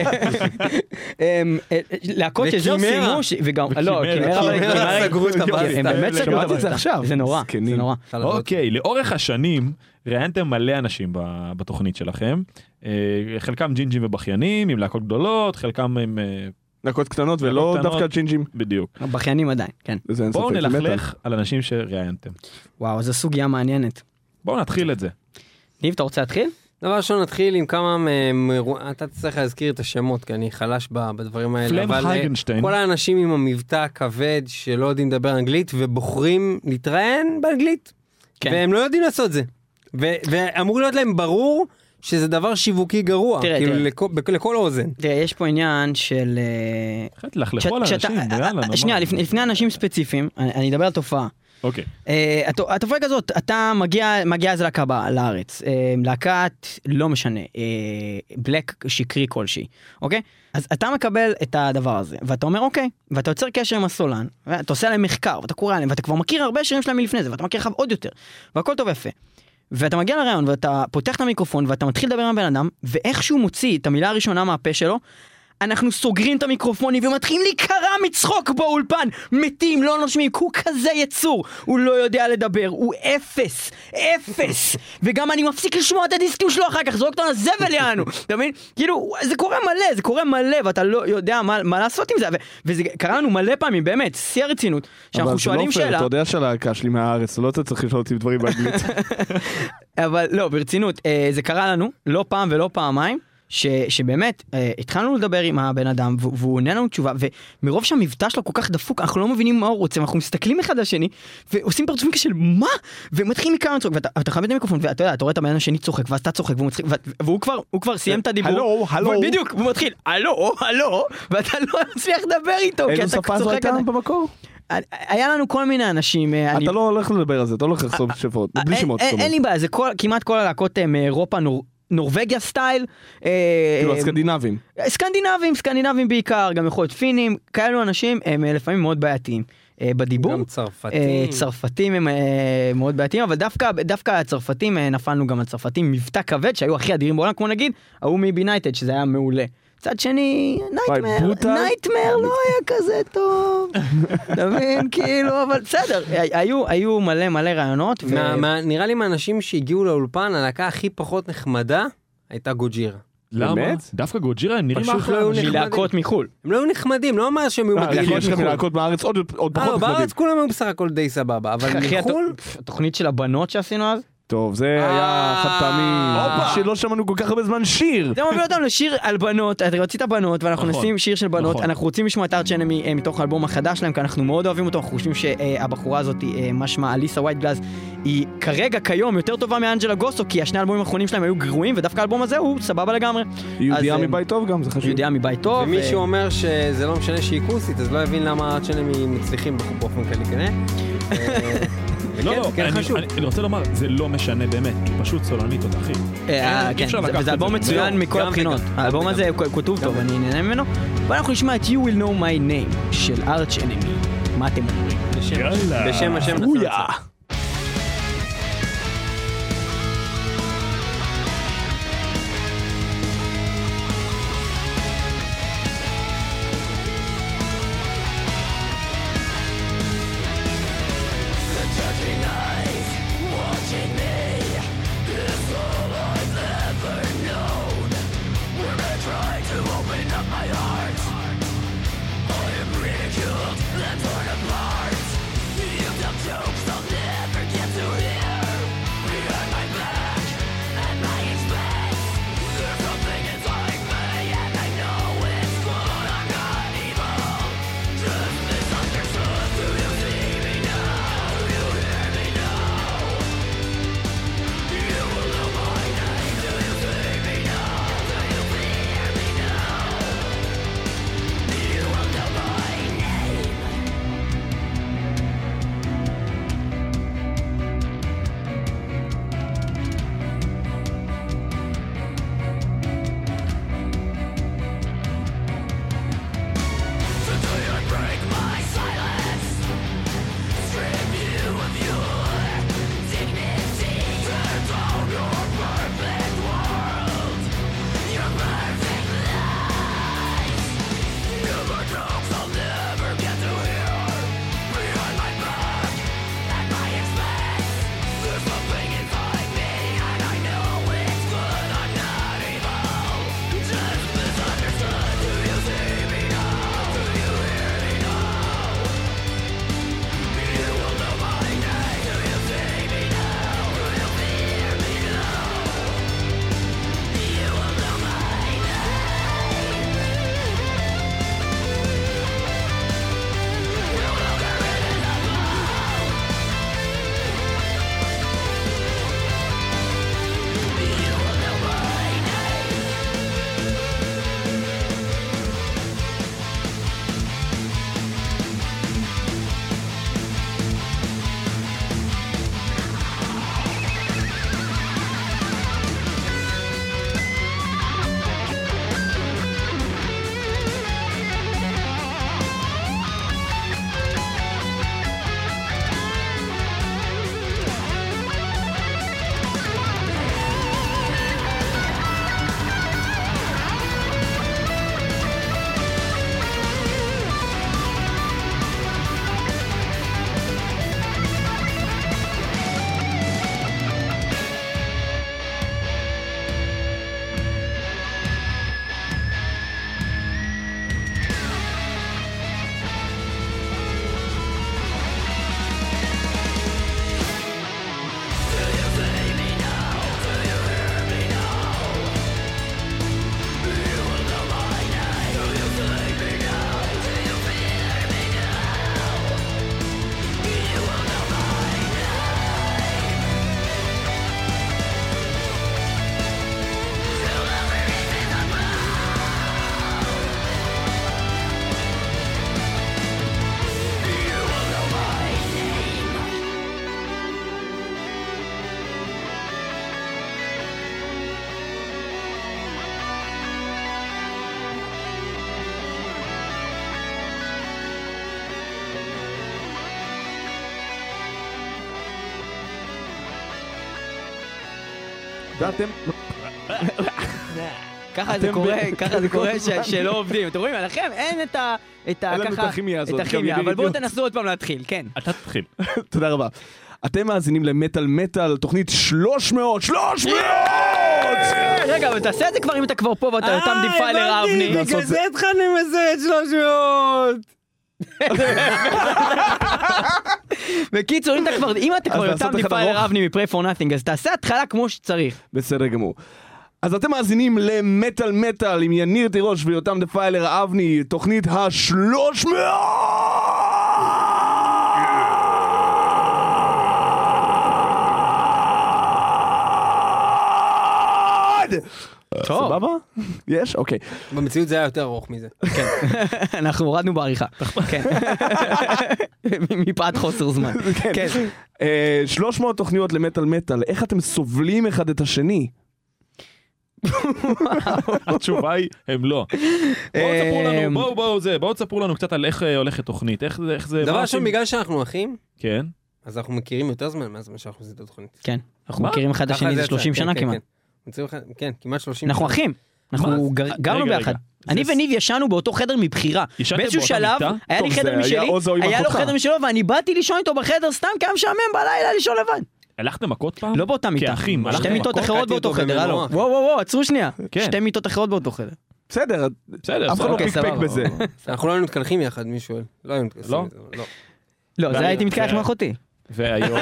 אמ, אה, להקות שזהו
וקימרה.
סיימו, ש- וגם, לא,
וקימרה.
קימרה, אבל-
קימרה
קימרה-
סגרו את הבסטה.
הם באמת סגרו את
שמעתי את זה
הבסטה.
עכשיו.
זה נורא,
זקנים.
זה נורא.
אוקיי, לאורך השנים ראיינתם מלא אנשים ב- בתוכנית שלכם, אה, חלקם ג'ינג'ים ובכיינים, עם להקות גדולות, חלקם עם... אה,
להקות קטנות ולא
קטנות.
דווקא צ'ינג'ים.
בדיוק.
בכיינים עדיין, כן.
זה אין
בואו
ספק, זה
נלכלך על אנשים שראיינתם.
וואו, זו סוגיה מעניינת.
בואו נתחיל את זה.
ניב, אתה רוצה להתחיל?
דבר ראשון נתחיל עם כמה מהם, אתה תצטרך להזכיר את השמות, כי אני חלש ב- בדברים האלה.
פלם
אבל, אה,
הייגנשטיין.
כל האנשים עם המבטא הכבד שלא יודעים לדבר אנגלית, ובוחרים להתראיין באנגלית.
כן.
והם לא יודעים לעשות זה. ו- ואמור להיות להם ברור שזה דבר שיווקי גרוע.
תראה,
כאילו
תראה.
לכל- בכ- לכל אוזן.
תראה, יש פה עניין של... אה,
אחרי תלכלכו על
כשאתה-
אנשים,
אה,
יאללה,
אה,
נו,
שנייה,
מה?
לפני לפני אנשים ספציפיים, אני אני אדבר על תופעה.
אוקיי.
אה, הת- התופעה כזאת, אתה מגיע, מגיע איזה להקה ב- לארץ, אה, להקת, לא משנה, בלק שקרי כלשהי, אוקיי? אז אתה מקבל את הדבר הזה, ואתה אומר אוקיי, ואתה יוצר קשר עם הסולן, ואתה עושה עליהם מחקר, ואתה קורא עליהם, ואתה כבר מכיר הרבה שירים שלהם מלפני זה, ואתה מכיר לך עוד יותר, והכל טוב יפה. ואתה מגיע לרעיון, ואתה פותח את המיקרופון, ואתה מתחיל לדבר עם הבן אדם, ואיכשהו מוציא את המילה הראשונה מהפה שלו, אנחנו סוגרים את המיקרופונים ומתחילים להיקרע מצחוק באולפן, מתים, לא נושמים, הוא כזה יצור, הוא לא יודע לדבר, הוא אפס, אפס, וגם אני מפסיק לשמוע את הדיסקים שלו אחר כך, זרוק אותו לזבל יענו, אתה מבין? כאילו, זה קורה מלא, זה קורה מלא, ואתה לא יודע מה, מה לעשות עם זה, ו- וזה קרה לנו מלא פעמים, באמת, שיא הרצינות, שאנחנו שואלים שאלה,
אתה יודע שהלהקה שלי מהארץ, לא אתה צריך לשאול אותי דברים באנגלית.
אבל לא, ברצינות, אה, זה קרה לנו, לא פעם ולא פעמיים, ש, שבאמת, אה, התחלנו לדבר עם הבן אדם, והוא עונה לנו תשובה, ומרוב שהמבטא שלו כל כך דפוק, אנחנו לא מבינים מה הוא רוצה, ואנחנו מסתכלים אחד על השני, ועושים פרצופים של מה? ומתחילים מכמה צחוק, ואתה חייב את המיקרופון, ואתה יודע, אתה רואה את הבן השני צוחק, ואז אתה צוחק, והוא מצחיק, והוא כבר, הוא כבר סיים את הדיבור.
הלו, הלו.
בדיוק, הוא מתחיל, הלו, הלו, ואתה לא מצליח לדבר איתו, כי
איזו
אתה
שפה זו
צוחק.
הייתה במקור?
היה לנו כל מיני אנשים.
אתה לא הולך לדבר על זה, אתה לא הולך לחשוף שפות, בלי שמות.
אין לי בעיה, זה כמעט כל הלהקות מאירופה, נורווגיה סטייל.
כאילו הסקנדינבים.
סקנדינבים, סקנדינבים בעיקר, גם יכול להיות פינים, כאלו אנשים הם לפעמים מאוד בעייתיים. בדיבור.
גם צרפתים.
צרפתים הם מאוד בעייתיים, אבל דווקא הצרפתים, נפלנו גם על צרפתים, מבטא כבד שהיו הכי אדירים בעולם, כמו נגיד, ההוא מבי נייטד, שזה היה מעולה. צד שני, נייטמר, נייטמר לא היה כזה טוב. אתה מבין, כאילו, אבל בסדר, היו מלא מלא רעיונות.
נראה לי מהאנשים שהגיעו לאולפן, הלהקה הכי פחות נחמדה, הייתה גוג'ירה.
למה? דווקא גוג'ירה הם נראים אחלה.
מלהקות מחול.
הם לא היו נחמדים, לא אומר שהם היו מגעילים.
יש לכם מלהקות בארץ עוד פחות נחמדים.
בארץ כולם היו בסך הכל די סבבה, אבל מחול...
התוכנית של הבנות שעשינו אז?
טוב, זה היה חד פעמי, שלא שמענו כל כך הרבה זמן שיר.
זה מוביל אותנו לשיר על בנות, אתה רצית בנות, ואנחנו נשים שיר של בנות, אנחנו רוצים לשמוע את ארץ' אנמי מתוך האלבום החדש שלהם, כי אנחנו מאוד אוהבים אותו, אנחנו חושבים שהבחורה הזאת, משמע אליסה ווייטגלאז, היא כרגע, כיום, יותר טובה מאנג'לה גוסו, כי השני האלבומים האחרונים שלהם היו גרועים, ודווקא האלבום הזה הוא סבבה לגמרי.
היא יהודייה מבית טוב גם, זה חשוב.
יהודייה מבית טוב.
ומישהו אומר שזה לא משנה שהיא כוסית, אז לא הבין למה ארץ' אנמי מצליחים באופן כללי, כן?
לא, לא, אני רוצה לומר, זה לא משנה באמת, היא פשוט סולנית אותה, אחי.
כן, וזה אלבום מצוין מכל הבחינות. האלבום הזה כתוב טוב, אני נהנה ממנו. ואנחנו נשמע את You Will Know My Name של ארץ' אנמי. מה אתם אומרים?
בשם השם
אויה.
Jokes of this
ואתם...
ככה זה קורה, ככה זה קורה שלא עובדים. אתם רואים, עליכם אין את ה... את ה...
אין לנו את
ככה...
הכימיה הזאת.
את הכימיה, אבל בואו תנסו עוד פעם להתחיל, כן.
אתה תתחיל.
תודה רבה. אתם מאזינים למטל מטל, תוכנית שלוש מאות! שלוש מאות!
רגע, אבל תעשה את זה כבר אם אתה כבר פה ואתה יותר דיפיילר אבני.
בגלל זה התחלנו עם זה את שלוש מאות.
בקיצור, אם אתה כבר, אם אתה כבר יותר דיפיילר אבני מפריי פור נאטינג, אז תעשה התחלה כמו שצריך.
בסדר גמור. אז אתם מאזינים למטל מטל עם יניר תירוש ויותם דפיילר אבני, תוכנית השלוש מאות!
טוב.
סבבה? יש? אוקיי.
במציאות זה היה יותר ארוך מזה.
אנחנו הורדנו בעריכה. כן. מפאת חוסר זמן. כן.
אה, שלוש מאות תוכניות למטל מטל, איך אתם סובלים אחד את השני?
התשובה היא, הם לא. בואו תספרו לנו, בואו בואו זה, בואו תספרו לנו קצת על איך הולכת תוכנית, איך זה, איך זה...
דבר ראשון, בגלל שאנחנו אחים,
כן.
אז אנחנו מכירים יותר זמן מאז מה שאנחנו עושים את התוכנית.
כן. אנחנו מכירים אחד השני זה שלושים שנה כמעט.
כן, כמעט שלושים.
אנחנו אחים. אנחנו גרנו ביחד. אני וניב ישנו באותו חדר מבחירה. באיזשהו שלב, היה לי חדר משלי, היה לו חדר משלו, ואני באתי לישון איתו בחדר סתם כמה משעמם בלילה לישון לבד.
הלכתם מכות פעם?
לא באותה מיטה.
כאחים.
שתי מיטות אחרות באותו חדר, הלו. וואו וואו וואו, עצרו שנייה. שתי מיטות אחרות באותו חדר.
בסדר,
בסדר.
אף אחד לא פיקפק בזה.
אנחנו לא היינו מתקלחים יחד, מי שואל. לא היינו מתקלחים.
לא, זה הייתי מתקלח עם אחותי.
והיום...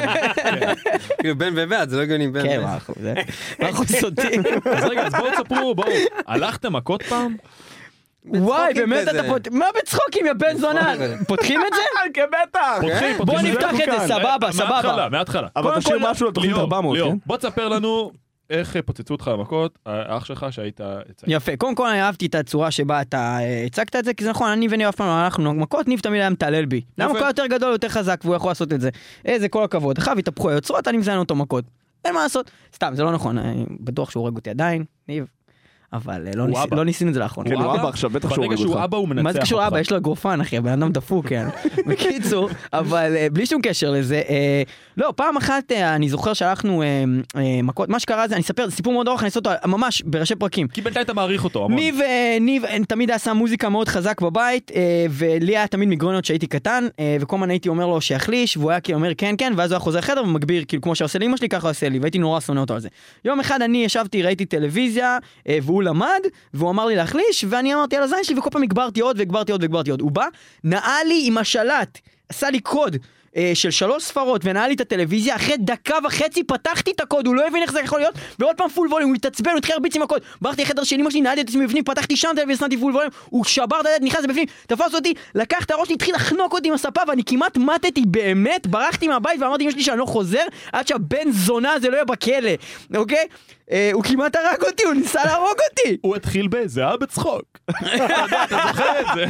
כאילו בן ובעד, זה לא הגיוני בן.
כן, מה אנחנו סוטים?
אז רגע, אז בואו תספרו, בואו. הלכתם מכות פעם?
וואי, באמת אתה פותח... מה בצחוקים, יא בן זונה? פותחים את זה?
כן, בטח.
פותחים,
בוא
פותחים.
נפתח את זה, סבבה, סבבה.
מההתחלה, מההתחלה.
אבל תשאיר משהו לתוכנית ארבע מאות, כן?
בוא תספר לנו איך פוצצו אותך במכות, האח שלך שהיית...
יפה, קודם כל אני אהבתי את הצורה שבה אתה הצגת את זה, כי זה נכון, אני וניב אף פעם לא הלכנו מכות, ניב תמיד היה מתעלל בי. למה הוא יותר גדול, יותר חזק, והוא יכול לעשות את זה. איזה כל הכבוד. אחר והתהפכו היוצרות, אני מזיין אותו מכות. אין מה לעשות. סתם, זה לא נכון, אני בטוח שהוא הורג אותי עדיין, ניב. אבל לא ניסינו את זה לאחרונה.
כן, הוא אבא עכשיו, בטח שהוא הורג אותך.
ברגע שהוא אבא הוא מנצח אותך.
מה זה קשור אבא? יש לו גרופן, אחי, הבן אדם דפוק, כן. בקיצור, אבל בלי שום קשר לזה, לא, פעם אחת אני זוכר שהלכנו מכות, מה שקרה זה, אני אספר, זה סיפור מאוד ארוך, אני אעשה אותו ממש בראשי פרקים.
כי בינתיים אתה מעריך אותו המון.
ניב, ניב תמיד עשה מוזיקה מאוד חזק בבית, ולי היה תמיד מיגרנות שהייתי קטן, וכל הזמן הייתי אומר לו שיחליש, והוא היה כאילו אומר כן כן, ואז הוא היה חוזר חדר ומגביר, כאילו כמו שעושה לאמא שלי, ככה עושה לי, והייתי נורא שונא אותו על זה. יום אחד אני ישבתי, ראיתי טלוויזיה, והוא למד, והוא אמר לי להחליש, ואני אמרתי על הזין שלי, וכל פעם הגברתי עוד והגברתי עוד והגברתי עוד. הוא בא, נעה לי עם השלט, עשה לי קוד אה, של שלוש ספרות, ונעה לי את הטלוויזיה, אחרי דקה וחצי פתחתי את הקוד, הוא לא הבין איך זה יכול להיות, ועוד פעם פול ווליום, הוא התעצבן, הוא התחיל להרביץ עם הקוד, ברחתי לחדר של אמא שלי, נעדתי את עצמי בפנים, פתחתי שם טלוויזיה, שמתי פול ווליום, הוא שבר את הדלת, נכנס בפנים, תפס אותי, לקח את הראש, התחיל לחנוק אותי עם הספה, ואני כמעט מתתי באמת, ברחתי מהבית ואמרתי לאמא שלי שאני לא חוזר, עד שהבן זונה הזה לא יהיה בכלא, אוקיי? הוא כמעט הרג אותי, הוא ניסה להרוג אותי.
הוא התחיל בזה, היה בצחוק. אתה זוכר את זה.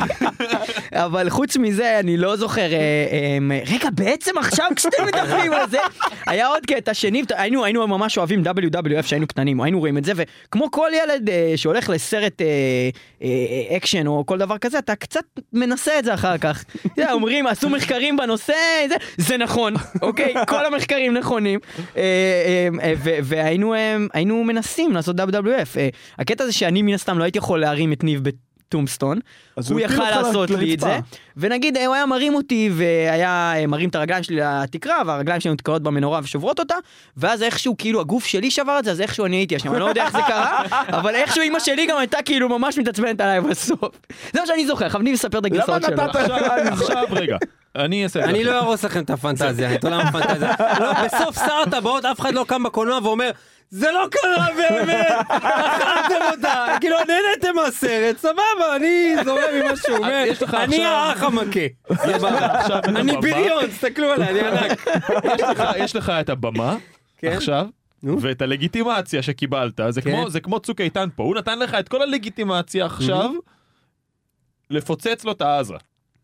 אבל חוץ מזה, אני לא זוכר. רגע, בעצם עכשיו כשאתם מדברים על זה, היה עוד קטע שני, היינו ממש אוהבים דאבליו דאבליו אף שהיינו קטנים, היינו רואים את זה, וכמו כל ילד שהולך לסרט אקשן או כל דבר כזה, אתה קצת מנסה את זה אחר כך. אומרים, עשו מחקרים בנושא, זה נכון, אוקיי? כל המחקרים נכונים. והיינו היינו מנסים לעשות דאבליו דאבליו אף. הקטע זה שאני מן הסתם לא הייתי יכול להרים את ניב בטומסטון, הוא יכל לעשות לי את זה, ונגיד הוא היה מרים אותי והיה מרים את הרגליים שלי לתקרה, והרגליים שלי נתקעות במנורה ושוברות אותה, ואז איכשהו כאילו הגוף שלי שבר את זה, אז איכשהו אני הייתי השם, אני לא יודע איך זה קרה, אבל איכשהו אמא שלי גם הייתה כאילו ממש מתעצבנת עליי בסוף. זה מה שאני זוכר, חבני מספר את הגרסאות שלו.
עכשיו רגע. אני אעשה את זה.
אני לא ארוס לכם את הפנטזיה, את עולם הפנטזיה. לא, בסוף שר הטבעות אף אחד לא קם בקולנוע ואומר, זה לא קרה באמת, אכלתם אותה, כאילו נהנתם מהסרט, סבבה, אני זורם ממה שהוא אומר, אני האח המכה, סבבה, אני בריון, תסתכלו עליי, אני ענק.
יש לך את הבמה, עכשיו, ואת הלגיטימציה שקיבלת, זה כמו צוק איתן פה, הוא נתן לך את כל הלגיטימציה עכשיו, לפוצץ לו את העזה.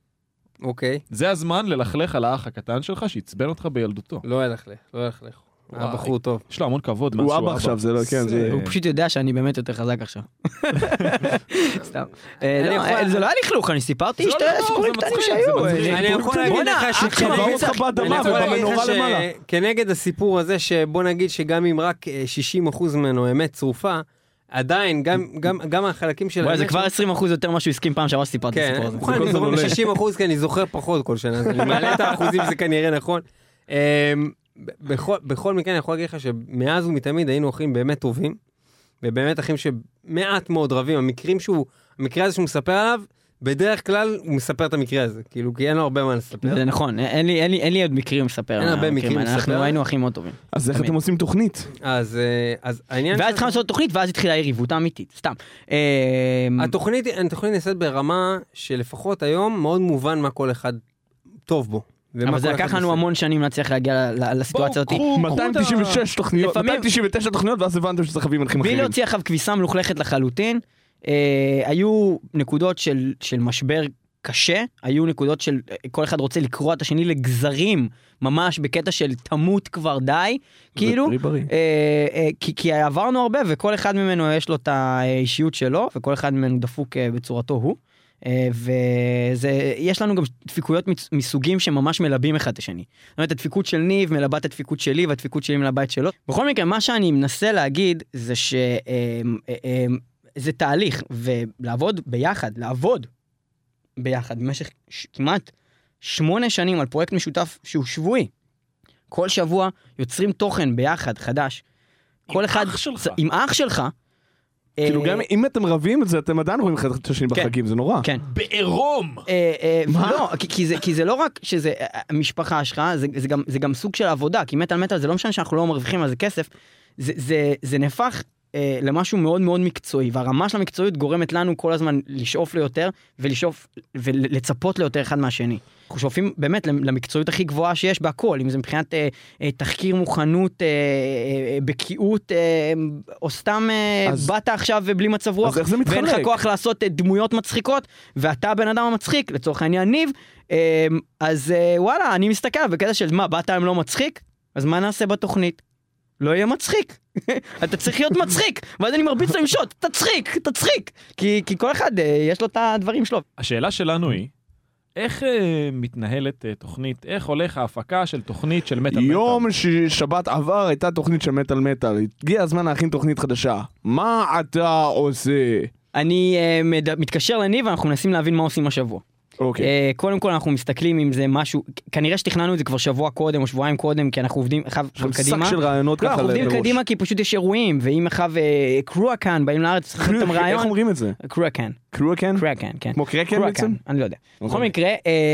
אוקיי.
זה הזמן ללכלך על האח הקטן שלך, שיצבן אותך בילדותו.
לא ילכלך, לא ילכלך. היה בחור טוב.
יש לו המון כבוד.
הוא אבא עכשיו, זה לא, כן, זה...
הוא פשוט יודע שאני באמת יותר חזק עכשיו. סתם. זה לא היה לכלוך, אני סיפרתי שתי סיפורים קטנים שהיו.
אני יכול להגיד לך שכנגד הסיפור הזה, שבוא נגיד שגם אם רק שישים אחוז ממנו אמת צרופה, עדיין, גם החלקים של...
וואי, זה כבר עשרים אחוז יותר משהו הסכים פעם שעבר שסיפרתי
כן,
סיפור הזה.
מוכן, אני זוכר ב-שישים אחוז, כי אני זוכר פחות כל שנה, אני מעלה את האחוזים, זה כנראה נכון. בכל מקרה, אני יכול להגיד לך שמאז ומתמיד היינו אחים באמת טובים, ובאמת אחים שמעט מאוד רבים, המקרים שהוא, המקרה הזה שהוא מספר עליו, בדרך כלל הוא מספר את המקרה הזה, כאילו, כי אין לו הרבה מה לספר.
זה נכון, אין לי, אין לי, אין לי עוד מקרים לספר.
אין הרבה מקרים לספר.
אנחנו היינו אחים מאוד טובים.
אז איך אתם עושים תוכנית?
אז, אז העניין...
ואז התחלנו לעשות תוכנית, ואז התחילה היריבות האמיתית, סתם.
התוכנית, התוכנית נעשית ברמה שלפחות היום מאוד מובן מה כל אחד טוב בו.
אבל זה לקח לנו המון שנים להצליח להגיע לסיטואציה הזאת.
מאתיים תשעים ושש תוכניות, מאתיים תשעים ותשע תוכניות, ואז הבנתם שצריך להביא מנחים אחרים.
בלי להוציא אחריו כביסה מלוכלכת לחלוטין, היו נקודות של משבר קשה, היו נקודות של כל אחד רוצה לקרוא את השני לגזרים, ממש בקטע של תמות כבר די, כאילו, כי עברנו הרבה, וכל אחד ממנו יש לו את האישיות שלו, וכל אחד ממנו דפוק בצורתו הוא. ויש לנו גם דפיקויות מסוגים שממש מלבים אחד את השני. זאת אומרת, הדפיקות של ניב מלבה את הדפיקות שלי, והדפיקות שלי מלבה את שלו. בכל מקרה, מה שאני מנסה להגיד, זה שזה תהליך, ולעבוד ביחד, לעבוד ביחד, במשך כמעט שמונה שנים על פרויקט משותף שהוא שבועי. כל שבוע יוצרים תוכן ביחד, חדש.
עם אח שלך.
עם אח שלך,
כאילו גם אם אתם רבים את זה, אתם עדיין רואים אחד את השני בחגים, זה נורא.
כן.
בעירום!
לא, כי זה לא רק שזה המשפחה שלך, זה גם סוג של עבודה, כי מטל מטל זה לא משנה שאנחנו לא מרוויחים על זה כסף, זה נהפך למשהו מאוד מאוד מקצועי, והרמה של המקצועיות גורמת לנו כל הזמן לשאוף ליותר, ולשאוף ולצפות ליותר אחד מהשני. אנחנו שואפים באמת למקצועיות הכי גבוהה שיש בהכל, אם זה מבחינת אה, אה, תחקיר מוכנות, אה, אה, בקיאות, אה, או סתם אה, אז, באת עכשיו ובלי מצב רוח, ואין לך כוח לעשות אה, דמויות מצחיקות, ואתה בן אדם המצחיק, לצורך העניין ניב, אה, אז אה, וואלה, אני מסתכל בקטע של מה, באת היום לא מצחיק? אז מה נעשה בתוכנית? לא יהיה מצחיק. אתה צריך להיות מצחיק, ואז אני מרביץ להם שוט, תצחיק, תצחיק, כי, כי כל אחד אה, יש לו את הדברים שלו.
השאלה שלנו היא, איך אה, מתנהלת אה, תוכנית, איך הולך ההפקה של תוכנית של מטל מטל?
יום שבת עבר הייתה תוכנית של מטל מטל, הגיע הזמן להכין תוכנית חדשה. מה אתה עושה?
אני אה, מד... מתקשר לניב, ואנחנו מנסים להבין מה עושים השבוע.
אוקיי.
אה, קודם כל אנחנו מסתכלים אם זה משהו, כנראה שתכננו את זה כבר שבוע קודם או שבועיים קודם, כי אנחנו עובדים אחד קדימה.
שק של רעיונות
לא,
ככה
אנחנו עובדים
לראש.
קדימה כי פשוט יש אירועים, ואם אחד קרואקן באים לארץ, צריכים אותם רעיון.
איך אומרים את זה?
קרואקן.
קרואקן?
קרואקן, כן.
כמו קרקן בעצם?
אני לא יודע. בכל מקרה,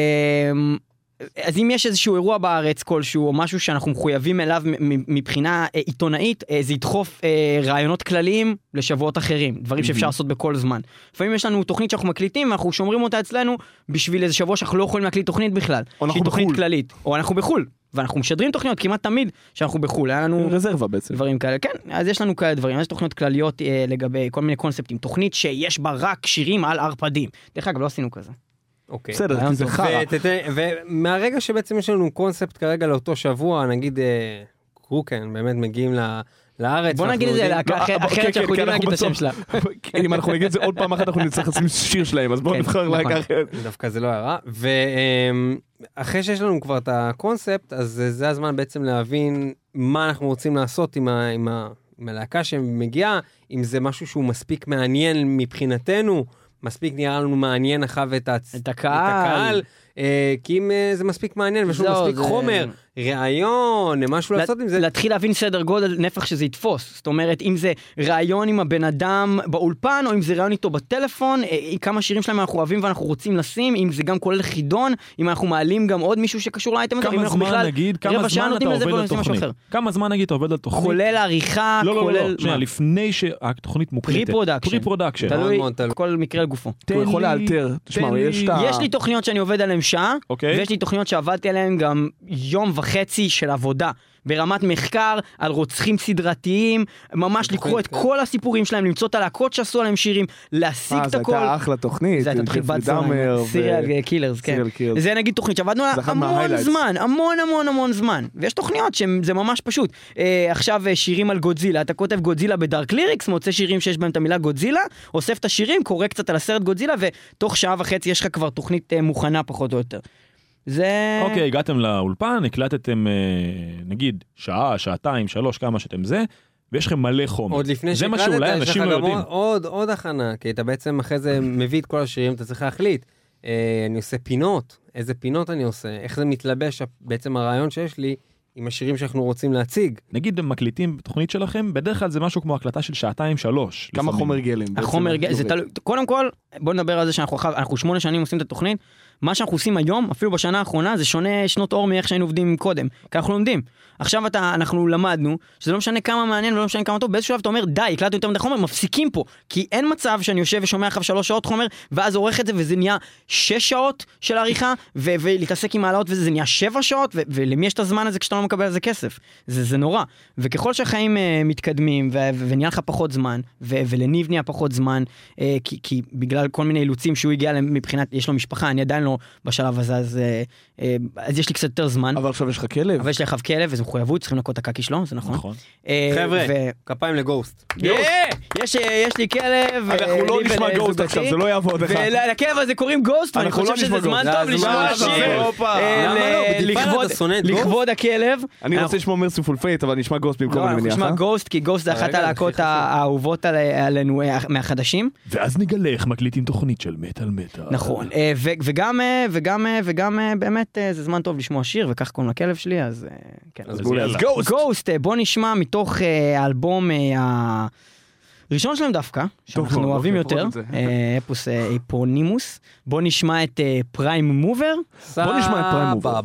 אז אם יש איזשהו אירוע בארץ כלשהו, או משהו שאנחנו מחויבים אליו מבחינה עיתונאית, זה ידחוף רעיונות כלליים לשבועות אחרים, דברים שאפשר לעשות בכל זמן. לפעמים יש לנו תוכנית שאנחנו מקליטים, ואנחנו שומרים אותה אצלנו בשביל איזה שבוע שאנחנו לא יכולים להקליט תוכנית בכלל. שהיא תוכנית כללית. או אנחנו בחול. ואנחנו משדרים תוכניות כמעט תמיד שאנחנו בחול. היה לנו
רזרבה בעצם.
דברים כאלה. כן, אז יש לנו כאלה דברים. יש תוכניות כלליות לגבי כל מיני קונספטים. תוכנית שיש בה רק שירים על ערפדים. דרך אגב, לא עשינו כזה.
אוקיי.
בסדר, זה חרא.
ומהרגע שבעצם יש לנו קונספט כרגע לאותו שבוע, נגיד קרוקן, באמת מגיעים לארץ.
בוא נגיד את זה להקה אחרת שאנחנו יודעים להגיד את השם שלה.
אם אנחנו נגיד את זה עוד פעם אחת, אנחנו נצטרך לשים שיר שלהם, אז בואו נבחר להקה אחרת. דווקא
זה לא היה רע. ואחרי שיש לנו כבר את הקונספט, אז זה הזמן בעצם להבין מה אנחנו רוצים לעשות עם הלהקה שמגיעה, אם זה משהו שהוא מספיק מעניין מבחינתנו, מספיק נראה לנו מעניין אחר את, הצ...
את הקהל,
את הקהל כי אם זה מספיק מעניין ויש לנו מספיק זה... חומר, רעיון, משהו לה... לעשות עם זה.
להתחיל להבין סדר גודל נפח שזה יתפוס. זאת אומרת, אם זה רעיון עם הבן אדם באולפן, או אם זה רעיון איתו בטלפון, כמה שירים שלהם אנחנו אוהבים ואנחנו רוצים לשים, אם זה גם כולל חידון, אם אנחנו מעלים גם עוד מישהו שקשור לאייטם הזה,
כמה זמן נגיד, כמה זמן אתה עובד על תוכנית? כמה זמן נגיד אתה עובד על תוכנית?
כולל העריכה,
לא,
כולל...
לא, לא, לפני שהתוכנית מוקלטת.
פרי-פרודקשן. תלוי כל מקרה לגופו.
הוא יכול לאלתר. תשמע, יש
לי תוכניות שאני עובד עליהן שעה, ויש לי תוכניות שעבדתי עליהן גם יום וחצי של עבודה, ברמת מחקר, על רוצחים סדרתיים, ממש לקרוא את כל הסיפורים שלהם, למצוא את הלהקות שעשו עליהם שירים, להשיג את הכל.
זו הייתה אחלה תוכנית.
זה הייתה תוכנית בת זמן, סיריאל קילרס, כן. זה נגיד תוכנית שעבדנו לה המון זמן, המון המון המון זמן, ויש תוכניות שזה ממש פשוט. עכשיו שירים על גודזילה, אתה כותב גודזילה בדארק ליריקס, מוצא שירים שיש בהם את המילה גודזילה, אוסף את השירים, קורא קצת על הסרט גודזילה, ותוך שעה וחצי יש לך כבר תוכנית מוכנה פחות או יותר. זה...
אוקיי, הגעתם לאולפן, הקלטתם נגיד שעה, שעתיים, שלוש, כמה שאתם זה, ויש לכם מלא חומר.
עוד לפני
שהקלטת, יש לך גם
עוד, עוד הכנה, כי אתה בעצם אחרי זה מביא את כל השירים, אתה צריך להחליט. אה, אני עושה פינות, איזה פינות אני עושה, איך זה מתלבש, בעצם הרעיון שיש לי, עם השירים שאנחנו רוצים להציג.
נגיד, הם מקליטים בתוכנית שלכם, בדרך כלל זה משהו כמו הקלטה של שעתיים, שלוש.
כמה חומר גלם?
החומר גלם, זה תלוי, קודם כל, בוא נדבר על זה שאנחנו אנחנו שמונה שנים עושים את התוכנית, מה שאנחנו עושים היום, אפילו בשנה האחרונה, זה שונה שנות אור מאיך שהיינו עובדים קודם, כי אנחנו לומדים. עכשיו אתה, אנחנו למדנו, שזה לא משנה כמה מעניין ולא משנה כמה טוב, באיזשהו שלב אתה אומר, די, הקלטנו יותר מדי חומר, מפסיקים פה, כי אין מצב שאני יושב ושומע אחר שלוש שעות חומר, ואז עורך את זה, וזה נהיה שש שעות של עריכה, ו- ולהתעסק עם העלאות, וזה נהיה שבע שעות, ו- ולמי יש את הזמן הזה כשאתה לא מקבל על זה כסף? זה, זה נורא. וככל שהחיים uh, מתקדמים, ו- ו- ונהיה לך פחות זמן, ו- ולניב נהיה פחות זמן, uh, כי, כי בגלל כל מיני אילוצים שהוא הגיע מבחינת, יש לו משפחה, אני עדיין לא בשלב הזה, אז, uh, uh, אז יש לי קצת יותר זמן.
אבל עכשיו יש לך כלב.
אבל יש לי עכשיו כלב, וזה מחויבות, צריכים לקות את הקקי שלו, זה נכון.
נכון.
חבר'ה, כפיים לגוסט.
יש לי כלב.
אנחנו לא נשמע גוסט עכשיו, זה לא יעבוד לך.
ולכלב הזה קוראים גוסט, ואני חושב שזה זמן טוב לשמוע שיר. לכבוד הכלב.
אני רוצה לשמוע מרסיפול פייט, אבל נשמע גוסט במקום אני מניח.
נשמע גוסט, כי גוסט זה אחת הלהקות האהובות עלינו מהחדשים.
ואז נגלה איך מקליטים תוכנית של מטל מטל.
נכון, וגם, וגם, וגם באמת זה זמן טוב לשמוע שיר, וכך קוראים לכלב שלי, אז כן.
אז יאללה.
גוסט, בוא נשמע מתוך האלבום הראשון שלהם דווקא, שאנחנו אוהבים יותר, אפוס איפונימוס. בוא נשמע את פריים מובר.
בוא נשמע את פריים מובר.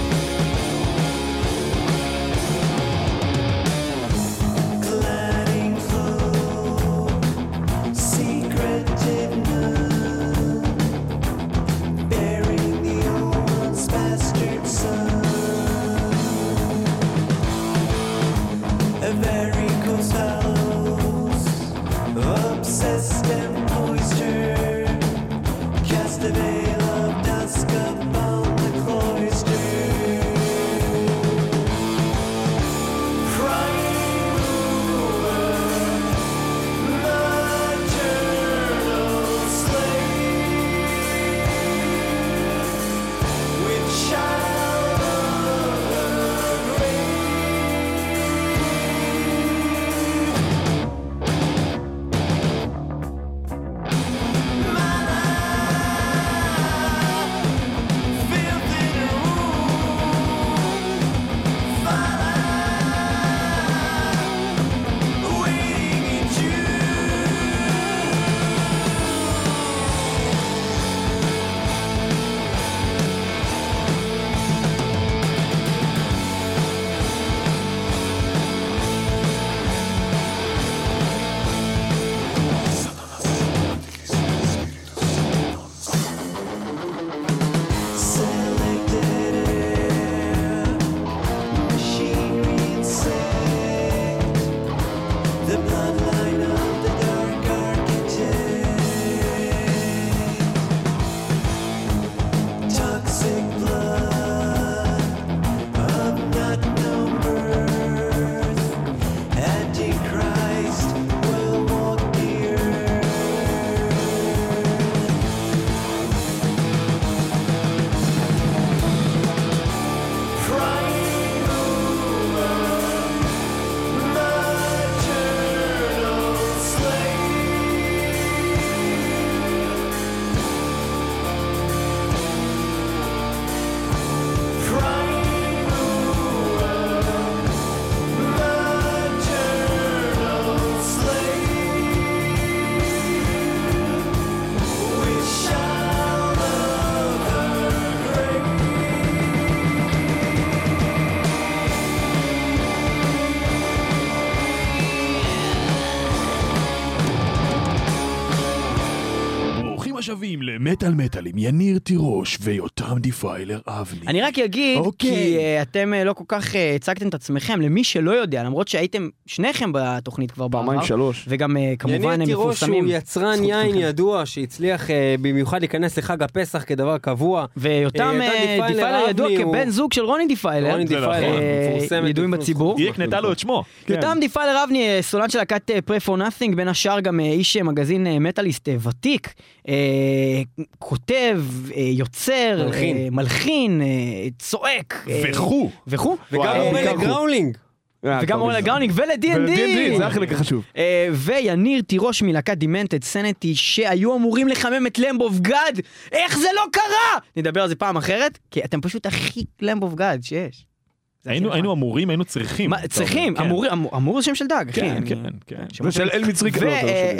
Letting
השבים למטל מטל עם יניר תירוש ויותם דיפיילר אבני.
אני רק אגיד,
אוקיי.
כי uh, אתם uh, לא כל כך uh, הצגתם את עצמכם, למי שלא יודע, למרות שהייתם שניכם בתוכנית כבר בעבר,
פעמיים שלוש.
וגם uh, כמובן הם
יניר תירוש
מפורסמים.
הוא יצרן יין ידוע שהצליח uh, במיוחד להיכנס לחג הפסח כדבר קבוע.
ויותם
אה, יותם
uh,
דיפיילר
דיפיילר ידוע
אבני הוא-
כבן זוג של רוני דיפיילר.
רוני דיפיילר,
אה,
מפורסמת
ידועים
בפרסום.
בציבור.
היא הקנתה לו את שמו.
יותם דיפיילר אבני, אה, סולן של להקת אה, Pray for Nothing, בין השאר גם אה, איש אה, מגזין אה, מטאליסט אה, ותיק, אה, כותב, אה, יוצר,
מלחין.
אה, מלחין, אה, צועק. אה,
וכו.
וכו.
וגם
וואי,
מורה
בעיקר הוא.
לגראולינג.
וגם מורה לגראונינג ול-די אנד די.
ול-די אנד די, זה החלק החשוב.
אה, ויניר תירוש מלהקת דימנטד סנטי שהיו אמורים לחמם את למב אוף גאד, איך זה לא קרה? נדבר על זה פעם אחרת, כי אתם פשוט הכי למב אוף גאד שיש. זה הכי
היינו
נכון.
היינו אמורים, היינו צריכים.
מה, צריכים,
כן.
אמור- אמור אמור זה שם של דג, אחי.
כן,
אני-
כן, כן.
זה של אל מצרי כזאת.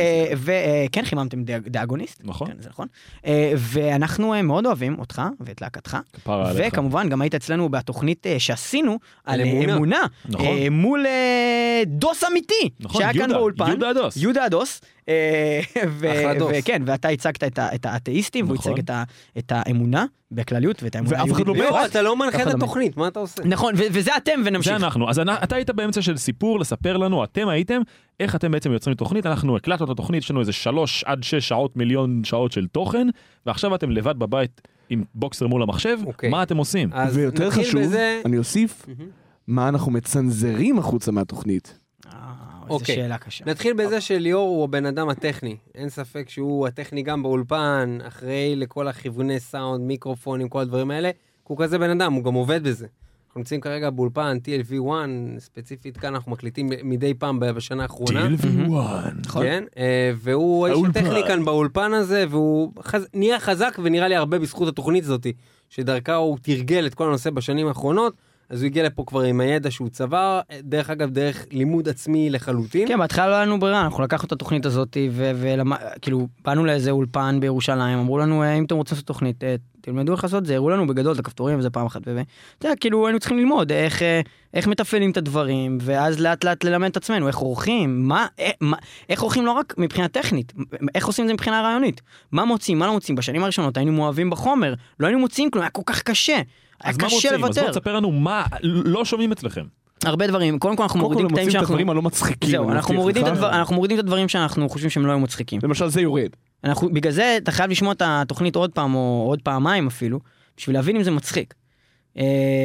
וכן, חיממתם דיאג- דיאגוניסט.
נכון.
כן, זה נכון. אה, ואנחנו אה, מאוד אוהבים אותך ואת להקתך.
כפרה עליך.
וכמובן, גם היית אצלנו בתוכנית אה, שעשינו על
על
אה,
אמונה.
אמונה.
נכון.
אה, מול אה, דוס אמיתי.
נכון,
שהיה כאן
יהודה,
באולפן.
יהודה הדוס.
יהודה הדוס. אה, ו-
אחלה דוס.
וכן, ואתה הצגת את ה- את האתאיסטים, והוא
נכון.
ייצג את ה- את האמונה בכלליות ואת האמונה
ואף אחד
היהודית
לא
בפרט.
ליאור, אתה לא מנחה
אף
את
אחד לא
התוכנית, מה אתה עושה?
נכון, ו- וזה אתם ונמשיך.
זה אנחנו. אז אנ- אתה היית באמצע של סיפור לספר לנו, אתם הייתם, איך אתם בעצם יוצרים תוכנית, אנחנו הקלטנו את התוכנית, יש לנו איזה שלוש עד שש שעות, מיליון שעות של תוכן, ועכשיו אתם לבד בבית עם בוקסר מול המחשב,
אוקיי.
מה אתם עושים?
אז
ויותר
נתחיל
חשוב,
בזה-
אני אוסיף, מה אנחנו מצנזרים החוצה מהתוכנית.
אה, איזו
אוקיי.
שאלה קשה.
נתחיל בזה שליאור הוא הבן אדם הטכני. אין ספק שהוא הטכני גם באולפן, אחראי לכל הכיווני סאונד, מיקרופונים, כל הדברים האלה. הוא כזה בן אדם, הוא גם עובד בזה. אנחנו נמצאים כרגע באולפן טי אל וי אחת, ספציפית כאן אנחנו מקליטים מדי פעם בשנה האחרונה.
טיל ווואן.
כן, אה, והוא האיש
האולפן.
הטכני כאן באולפן הזה, והוא חז... נהיה חזק ונראה לי הרבה בזכות התוכנית הזאת, שדרכה הוא תרגל את כל הנושא בשנים האחרונות, אז הוא הגיע לפה כבר עם הידע שהוא צבר, דרך אגב, דרך לימוד עצמי לחלוטין.
כן, בהתחלה לא היה לנו ברירה, אנחנו לקחנו את התוכנית הזאת, וכאילו, באנו לאיזה אולפן בירושלים, אמרו לנו, אם אתם רוצים לעשות תוכנית, אה, תלמדו איך לעשות את זה, הראו לנו בגדול את הכפתורים, וזה פעם אחת, ואתה יודע, כאילו, היינו צריכים ללמוד איך, אה, איך מתפעלים את הדברים, ואז לאט לאט ללמד את עצמנו, איך עורכים, מה, אה, מה, איך עורכים לא רק מבחינה טכנית, איך עושים את זה מבחינה רעיונית, מה מוצאים, מה לא מוצאים, בשנים הראשונות היינו מאוהבים בחומר, לא היינו מוצאים כלום, היה כל כך קשה, היה
אז מה
קשה
מוצאים? אז בוא
לוותר,
תספר לנו מה לא שומעים אצלכם.
הרבה דברים, קודם כל אנחנו
קודם כל
מורידים
הם
קטעים
מוצאים את
שאנחנו,
הדברים הלא מצחיקים.
זהו,
אני
אנחנו
מבטיח
מורידים את
לך.
הדבר- אנחנו מורידים את הדברים שאנחנו חושבים שהם לא היו מצחיקים.
למשל זה יורד.
אנחנו, בגלל זה אתה חייב לשמוע את התוכנית עוד פעם, או עוד פעמיים אפילו, בשביל להבין אם זה מצחיק. אה,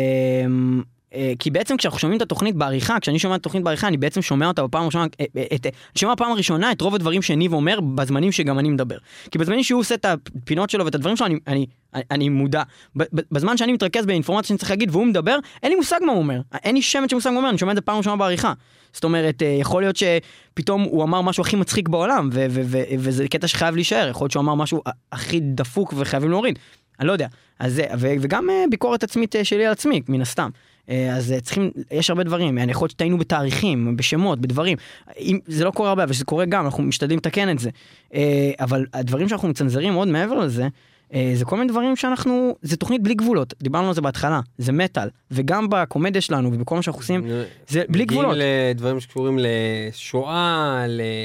אה, כי בעצם כשאנחנו שומעים את התוכנית בעריכה, כשאני שומע את התוכנית בעריכה, אני בעצם שומע אותה בפעם הראשונה, אה, אה, את, אני שומע בפעם הראשונה את רוב הדברים שניב אומר בזמנים שגם אני מדבר. כי בזמנים שהוא עושה את הפינות שלו ואת הדברים שלו, אני, אני, אני, אני מודע. ב, ב, בזמן שאני מתרכז באינפורמציה שאני צריך להגיד, והוא מדבר, אין לי מושג מה הוא אומר. אין לי שמץ של מושג מה הוא אומר, אני שומע את זה פעם ראשונה בעריכה. זאת אומרת, אה, יכול להיות שפתאום הוא אמר משהו הכי מצחיק בעולם, ו- ו- ו- וזה קטע שחייב להישאר. יכול להיות שהוא אמר משהו הכי דפוק וחייבים להוריד. אני לא יודע. אז זה, ו- וגם אה, ביקורת עצמית אה, שלי על עצמי, מן הסתם. אה, אז אה, צריכים, יש הרבה דברים. אני יכול להיות שטעינו בתאריכים, בשמות, בדברים. אם, זה לא קורה הרבה, אבל שזה קורה גם, אנחנו משתדלים לתקן את זה. אה, אבל הדברים שאנחנו מצנזרים עוד מעבר לזה, אה, זה כל מיני דברים שאנחנו, זה תוכנית בלי גבולות, דיברנו על זה בהתחלה, זה מטל, וגם בקומדיה שלנו ובכל מה שאנחנו עושים, זה בלי גבולות.
מגיעים לדברים שקשורים לשואה,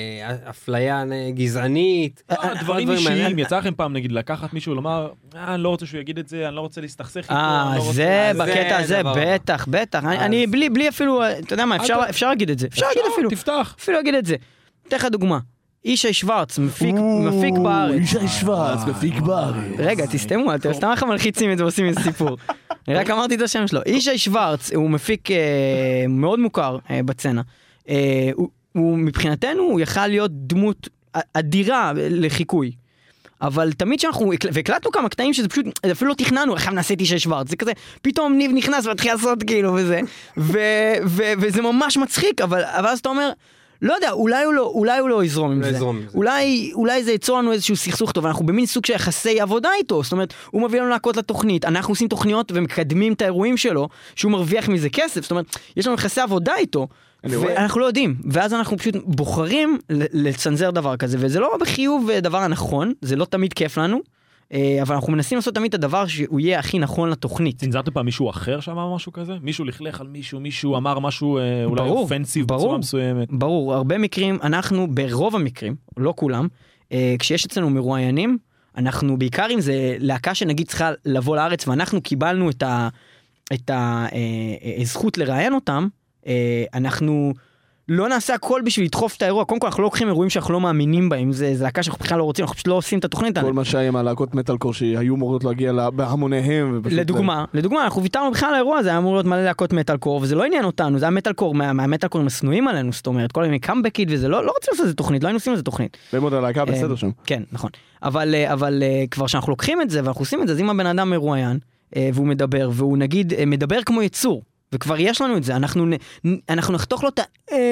לאפליה גזענית.
אה, דברים אישיים, יצא לכם פעם נגיד לקחת מישהו לומר, "אה, אני לא רוצה שהוא יגיד את זה, אני לא רוצה להסתכסך איתו,
אה,
אני לא רוצה-"
זה
אז
בקטע
זה
הזה,
דבר.
בטח, בטח. אני- אני בלי בלי אפילו, אתה יודע מה, אפשר
אל ת-
אפשר להגיד את זה, אפשר להגיד אפילו,
תפתח.
אפילו להגיד את זה. אתן לך דוגמה, ישי שוורץ, מפיק מפיק בארץ.
ישי שוורץ, מפיק בארץ.
רגע, תסתמו, אתם סתם לך מלחיצים את זה ועושים איזה סיפור. אני רק אמרתי את השם שלו. ישי שוורץ, הוא מפיק אה, מאוד מוכר אה, בצנה. אה, הוא- הוא מבחינתנו, הוא יכל להיות דמות אדירה לחיקוי. אבל תמיד שאנחנו, והקלטנו כמה קטעים שזה פשוט, אפילו לא תכננו, איך נעשה את ישי שוורץ, זה כזה, פתאום ניב נכנס והתחיל לעשות כאילו וזה, ו- ו- וזה ממש מצחיק, אבל אבל אז אתה אומר, לא יודע, אולי הוא לא, אולי הוא לא יזרום עם
לא
זה.
יזרום עם זה.
אולי, אולי זה ייצור לנו איזשהו סכסוך טוב, אנחנו במין סוג של יחסי עבודה איתו, זאת אומרת, הוא מביא לנו להקות לתוכנית, אנחנו עושים תוכניות ומקדמים את האירועים שלו, שהוא מרוויח מזה כסף, זאת אומרת, יש לנו יחסי עבודה איתו, ואנחנו לא יודעים, ואז אנחנו פשוט בוחרים ל- לצנזר דבר כזה, וזה לא בחיוב דבר הנכון, זה לא תמיד כיף לנו, אה, אבל אנחנו מנסים לעשות תמיד את הדבר שהוא יהיה הכי נכון לתוכנית.
צנזרתם פעם מישהו אחר שאמר משהו כזה? מישהו לכלך על מישהו, מישהו אמר משהו אה, אולי
ברור,
אופנסיב
ברור.
בצורה מסוימת.
ברור, הרבה מקרים, אנחנו ברוב המקרים, לא כולם, אה, כשיש אצלנו מרואיינים, אנחנו בעיקר אם זה להקה שנגיד צריכה לבוא לארץ, ואנחנו קיבלנו את ה... את הזכות לראיין אותם, אנחנו לא נעשה הכל בשביל לדחוף את האירוע. קודם כל, אנחנו לא לוקחים אירועים שאנחנו לא מאמינים בהם, זה להקה שאנחנו בכלל לא רוצים, אנחנו פשוט לא עושים את התוכנית.
כל מה שהיה עם הלהקות מטאלקור שהיו אמורות להגיע בהמוניהם.
לדוגמה, לדוגמה, אנחנו ויתרנו בכלל האירוע הזה, היה אמור להיות מלא להקות מטאלקור, וזה לא עניין אותנו, זה היה מטאלקור, מהמטאלקור הם הסנועים עלינו, זאת אומרת, כל מיני קאמבקית וזה, לא רוצים לעשות איזה תוכנית, לא היינו עושים איזה תוכנית.
במוד הלהקה בסדר שם.
כן, נכון. אבל, אבל כבר שאנחנו לוקחים את זה, ואנחנו עושים את זה, אז אם הבן אדם מרואיין, והוא מדבר, והוא נגיד, מדבר כמו יצור, וכבר יש לנו את זה, אנחנו, אנחנו נחתוך לו את ה...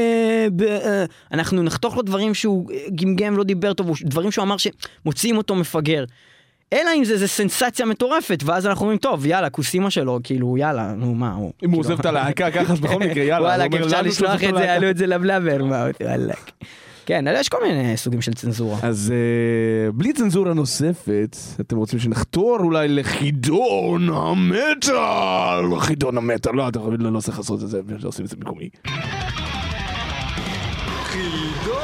אנחנו נחתוך לו דברים שהוא גמגם, לא דיבר טוב, דברים שהוא אמר שמוציאים אותו מפגר. אלא אם זה, זה סנסציה מטורפת, ואז אנחנו אומרים, טוב, יאללה, כוסימה שלו, כאילו, יאללה, נו, מה, הוא...
אם הוא עוזב את הלהקה ככה, אז בכל מקרה, יאללה.
וואלה, אפשר לשלוח את זה, יעלו את זה לבלבר, מה, וואלה. כן, יש כל מיני סוגים של צנזורה.
אז בלי צנזורה נוספת, אתם רוצים שנחתור אולי לחידון המטל. חידון המטל, לא, אתה חייב לא צריך לעשות את זה, עושים את זה במקומי.
חידון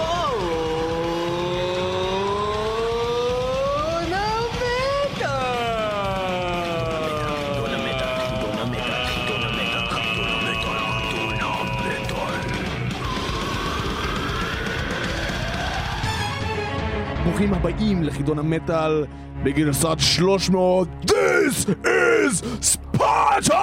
ברוכים הבאים לחידון המטל בגרסת שלוש מאות. This is Sparta!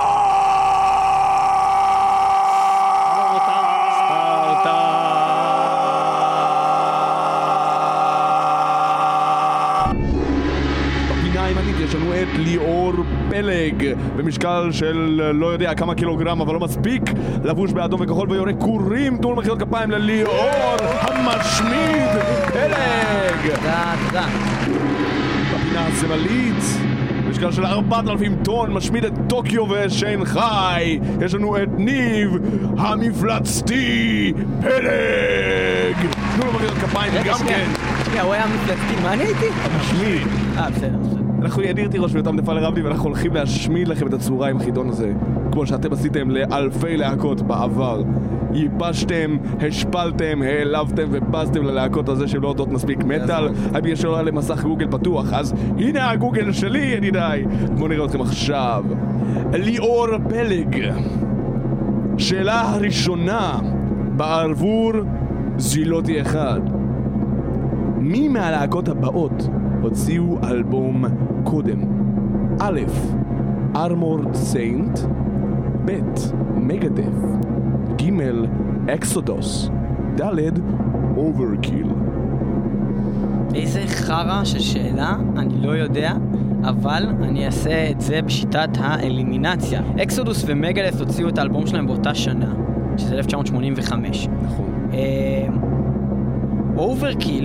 בפינה הימנית יש לנו את ליאור פלג במשקל של לא יודע כמה קילוגרם אבל לא מספיק, לבוש באדום וכחול ויורק קורים. תנו למחיאות כפיים לליאור המשמיד פלג.
תודה, תודה.
בפינה השמאלית משקל של ארבעת אלפים טון משמיד את טוקיו ושנגחאי, יש לנו את ניב המפלצתי פלג. תנו למחיאות כפיים גם כן.
הוא היה מפלצתי, מה אני הייתי?
המשמיד.
אה, בסדר, בסדר.
אנחנו יניר תירוש ויותם דפאלר עבדי, ואנחנו הולכים להשמיד לכם את הצורה עם החידון הזה, כמו שאתם עשיתם לאלפי להקות בעבר. ייבשתם, השפלתם, העלבתם ובזתם ללהקות הזה שלא יודעות מספיק מטל. האם יש עולה למסך גוגל פתוח, אז הנה הגוגל שלי ידידיי. בואו נראה אתכם עכשיו. ליאור פלג, שאלה הראשונה בערבור זילותי אחד. מי מהלהקות הבאות הוציאו אלבום קודם? א', Armored Saint, ב', Megadeth, ג', Exodus, ד', Overkill.
איזה חרא של שאלה, אני לא יודע, אבל אני אעשה את זה בשיטת האלימינציה. אקסודוס ומגדת' הוציאו את האלבום שלהם באותה שנה, שזה אלף תשע מאות שמונים וחמש.
נכון.
Overkill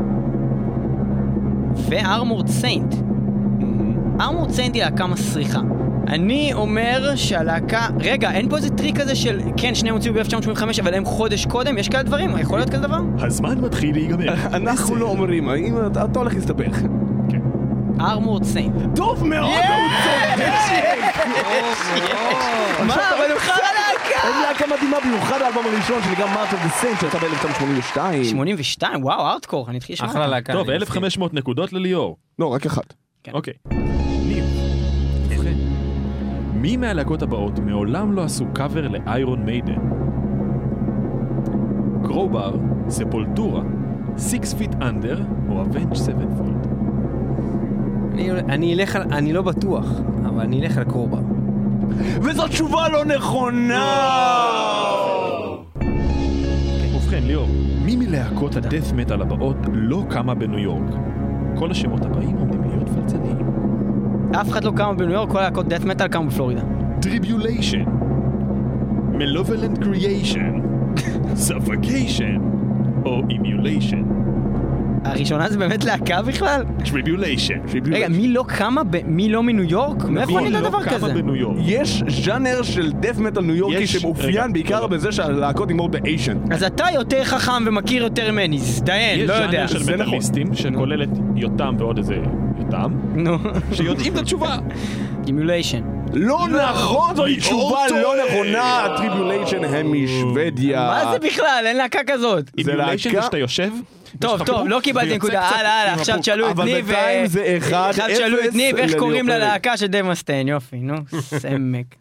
ו-Armored Saint. Armored Saint היא להקה מסריחה. אני אומר שהלהקה... רגע, אין פה איזה טריק כזה של... כן, שניהם הוציאו ב-אלף תשע מאות שמונים וחמש, אבל הם חודש קודם, יש כאלה דברים? יכול להיות כזה דבר?
הזמן מתחיל להיגמר.
אנחנו לא אומרים, האם אתה הולך להסתבך?
כן.
Armored Saint.
טוב מאוד!
מה? אבל הוא חרא להקה!
אין להקה מדהימה במיוחד האלבום הראשון של גם March of the Saints שיצא ב-אלף תשע מאות שמונים ושתיים.
שמונים ושתיים? וואו, ארטקור, אני אתחיל לשמוע.
אחלה להקה.
טוב, אלף וחמש מאות נקודות לליאור.
לא, רק אחת.
אוקיי. ניר. מי מהלהקות הבאות מעולם לא עשו קאבר לאיירון מיידן? קרובר, ספולטורה, Six Feet Under או Avenged Sevenfold?
אני אלך על... אני לא בטוח, אבל אני אלך על קרובר.
וזו תשובה לא נכונה!
ובכן, ליאור, מי מלהקות הדף מטל הבאות לא קמה בניו יורק? כל השמות הבאים עומדים להיות פלצניים.
אף אחד לא קמה בניו יורק, כל להקות דף מטל קמו בפלורידה.
Tribulation, Malevolent Creation, Suffocation או Emulation.
הראשונה זה באמת להקה בכלל?
Tribulation.
רגע, מי לא קמה, מי לא מניו יורק? מאיפה אני יודע דבר כזה?
יש ז'אנר של דף מטל ניו יורקי שמאופיין בעיקר בזה שהלהקות נגמרות באיישן.
אז אתה יותר חכם ומכיר יותר ממני, זדיין, לא יודע.
יש ז'אנר של מטליסטים שכוללת יותם ועוד איזה יותם,
נו.
שיודעים את התשובה.
Emulation.
לא נכון, זוהי תשובה לא נכונה. טריבוליישן הם משוודיה.
מה זה בכלל? אין להקה כזאת.
אימוליישן זה שאתה יושב?
טוב, טוב, לא קיבלתי נקודה. הלאה, הלאה, עכשיו תשאלו את ניב.
אבל בינתיים זה אחד
עכשיו
אפס
תשאלו את ניב איך קוראים
לליאור
ללהקה של דייב מסטיין. יופי, נו, סמק.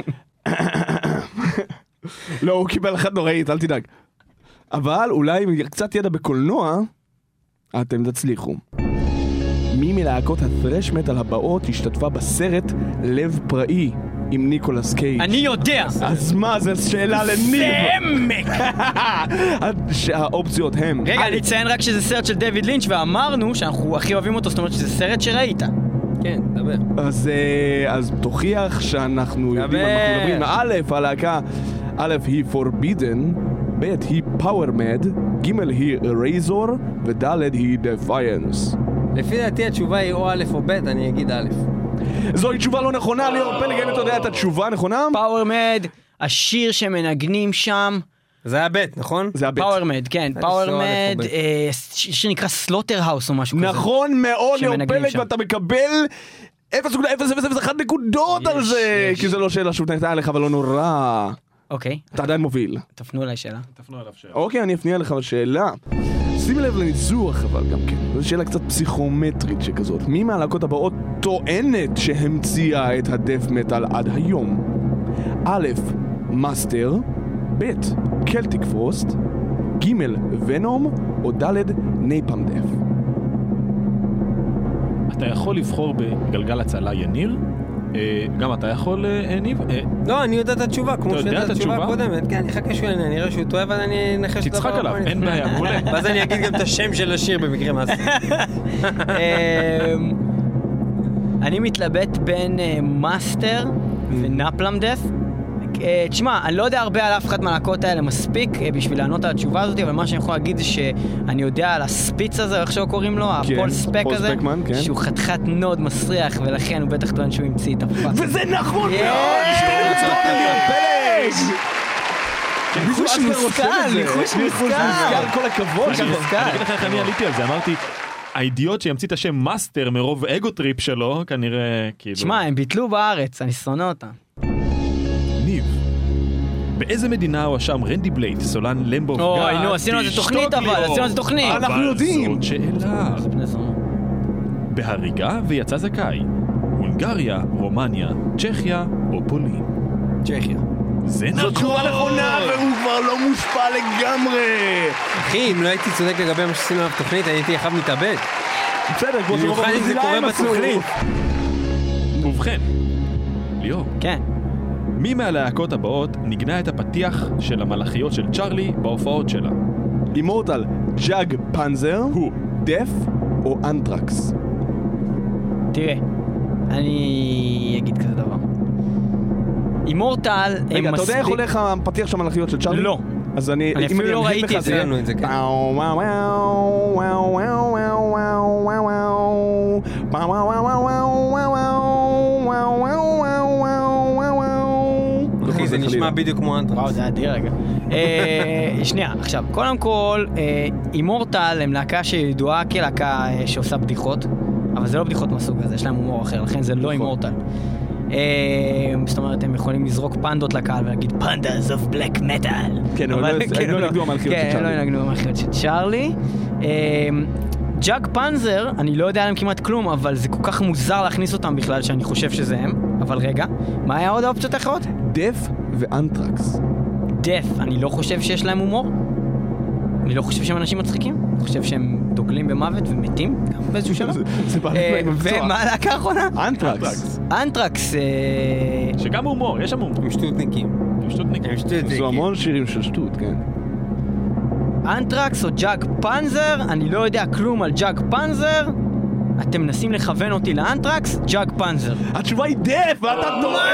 לא, הוא קיבל אחת נוראית, אל תדאג. אבל אולי עם קצת ידע בקולנוע, אתם תצליחו. מי מלהקות הטרש מטל הבאות השתתפה בסרט לב פראי עם ניקולס קייג'?
אני יודע!
אז מה, זו שאלה לניב.
סמק!
האופציות הם...
רגע, אני אציין רק שזה סרט של דיוויד לינץ' ואמרנו שאנחנו הכי אוהבים אותו, זאת אומרת שזה סרט שראית.
כן, דבר.
אז, אז תוכיח שאנחנו יודעים על מה אנחנו מדברים. א', הלהקה, א' היא Forbidden, ב' היא Powermad, ג' היא Razor, וד' היא Defiance.
לפי דעתי התשובה היא או א' או ב', אני אגיד א'.
זוהי תשובה לא נכונה, ליאור פלג, האם אתה יודע את התשובה הנכונה?
פאוורמד, השיר שמנגנים שם.
זה היה ב', נכון?
זה הב'.
פאוורמד, כן, פאוורמד, שנקרא סלוטר האוס או משהו כזה.
נכון מאוד, ליאור
שמנגנים
פלג,
שם.
ואתה מקבל אפס נקודה אפס אפס אפס אחת נקודות על
יש,
זה,
יש.
כי זה לא שאלה שהופנתה אליך, אבל לא נורא.
אוקיי,
אתה עדיין מוביל.
תפנו אליי שאלה.
תפנו עליו שאלה.
אוקיי, אני אפניע לך בשאלה. שים לב לניסוח אבל גם כן. זו שאלה קצת פסיכומטרית שכזאת. מי מהלהקות הבאות טוענת שהמציאה את הדף מטל עד היום? א', מאסטר, ב', קלטיק פרוסט, ג', ונום, או ד', נייפאם דף.
אתה יכול לבחור בגלגל הצלה יניר, אה, גם אתה יכול, אה, ניב? אה,
לא, אני יודע את התשובה, כמו
אתה יודע
שיודע
את
את התשובה
התשובה?
הקודמת. כן, אני חכה שהוא יענה, אני אראה שהוא טועה, ואז אני אנחש את
תצחק עליו, אין בעיה, מעולה.
ואז אני אגיד גם את השם של השיר במקרה מעשי.
אמ, אני מתלבט בין אה, מאסטר ונפלם דף. אה, תשמע, אני לא יודע הרבה על אף אחד מהלהקות האלה מספיק אה, בשביל לענות על התשובה הזאת, אבל מה שאני יכול להגיד זה שאני יודע על הספיץ הזה, איך שהוא קוראים לו,
כן,
הפול ספק
פול
הזה,
ספקמן, כן.
שהוא חתיכת נוד מסריח, ולכן הוא בטח טוען שהוא המציא את הפאק.
וזה נכון מאוד!
Yeah!
שתי נקודות לליאור פלג!
ניחוש מושכל, ניחוש מושכל.
כל הכבוד.
אני אגיד לך איך אני עליתי על זה, אמרתי, האידיוט שימציא את השם מאסטר מרוב אגו טריפ שלו, כנראה, כאילו...
שמע, הם ביטלו בארץ, אני שונא אותם.
ניב, באיזה מדינה הואשם רנדי בלייד, סולן למבו גאד?
אוי, נו, עשינו על זה תוכנית אבל, עשינו על זה תוכנית.
אנחנו יודעים.
זאת שאלה. בהריגה ויצא זכאי. הונגריה, רומניה, צ'כיה או פולין.
צ'כיה.
זה
זו
נכון.
תשובה נכונה, והוא כבר לא מושפע לגמרי.
אחי, אם לא הייתי צודק לגבי מה שעשינו עליו תוכנית, הייתי חייב מתאבד.
בסדר, כמו שרוב
במיוחד אם זה קורה
הברזילאים עשו.
בתוכנית.
ובכן, ליאור,
כן.
מי מהלהקות הבאות נגנה את הפתיח של המלאכיות של צ'ארלי בהופעות שלה?
אימורטל, ג'אג פנזר,
הוא.
דף או אנטרקס?
תראה, אני אגיד כזה דבר. אימורטל הם
רגע, אתה יודע איך
מספיק...
הולך הפתיח של המלאכיות של צ'ארלי?
לא.
אז אני...
אני
אם
אפילו לא
אמחיש
ראיתי
לך,
את זה.
יהיה-
עשינו את זה, כן.
וואו, וואו, וואו, וואו, וואו, וואו, וואו, וואו, וואו, וואו, וואו, וואו, וואו, וואו, וואו, וואו, וואו, וואו, וואו.
אחי, זה
חלילה.
נשמע בדיוק כמו אנטרקס.
וואו, זה אדיר רגע. אה, שנייה, עכשיו, קודם כל, אה, אימורטל הם להקה שידועה כלהקה אה, שעושה בדיחות, אבל זה לא בדיחות מהסוג הזה, יש להם הומור אחר, לכן זה לא אימורטל. אה, זאת אומרת, הם יכולים לזרוק פנדות לקהל ולהגיד פנדס אוף בלק מטל.
כן, אבל לא- הם לא ינגנו המלאכיות של
כן,
צ'ארלי.
לא ינגנו המלאכיות של צ'ארלי. אה, ג'אג פנזר, אני לא יודע עליהם כמעט כלום, אבל זה כל כך מוזר להכניס אותם בכלל שאני חושב שזה הם. אבל רגע, מה היה עוד האופציות האחרות?
דף ואנטרקס.
דף, אני לא חושב שיש להם הומור. אני לא חושב שהם אנשים מצחיקים. אני חושב שהם דוגלים במוות ומתים גם באיזשהו שלב.
זה- זה בעלי
אה,
מקצוע.
ומה הלהקה האחרונה?
אנטרקס.
אנטרקס. אה,
שגם הומור, יש שם הומור.
עם שטותניקים.
עם שטותניקים.
עם שטותניקים.
זו המון שירים של שטות, כן.
אנטרקס או ג'אג פנזר, אני לא יודע כלום על ג'אג פנזר. אתם מנסים לכוון אותי לאנטרקס, ג'אג פנזר.
התשובה היא דף, ואתה טועה!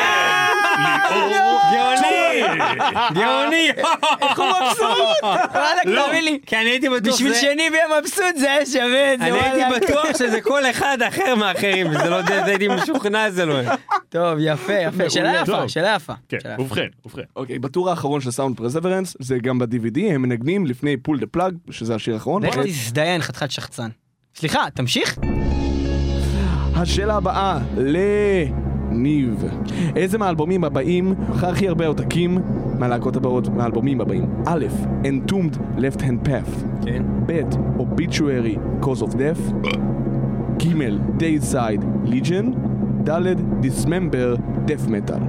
גאוני! גאוני!
איך הוא מבסוט? וואלה, תביא לי.
כי אני הייתי בטוח
בשביל
זה-
שני יהיה מבסוט זה היה שווה את זה.
אני
וואלה.
הייתי בטוח שזה כל אחד אחר מאחרים, וזה לא זה, הייתי משוכנע זה לא.
טוב, יפה, יפה. שאלה
טוב.
יפה, שאלה יפה.
כן,
שאלה יפה.
ובכן, ובכן.
אוקיי, בטור האחרון של סאונד פרזברנס, זה גם ב-די וי די, הם מנגנים לפני פול דה פלאג, שזה השיר האחרון.
לך תזדיין, חתיכת שחצן. סליחה, תמשיך?
השאלה הבאה, ניב. איזה מהאלבומים הבאים הכי הרבה עותקים מהלהקות הבאות מהאלבומים הבאים? א', Entombed Left Hand Path.
כן.
ב', Obituary Cause of Death. ג', Dayside Legion. ד', Dismember Death Metal.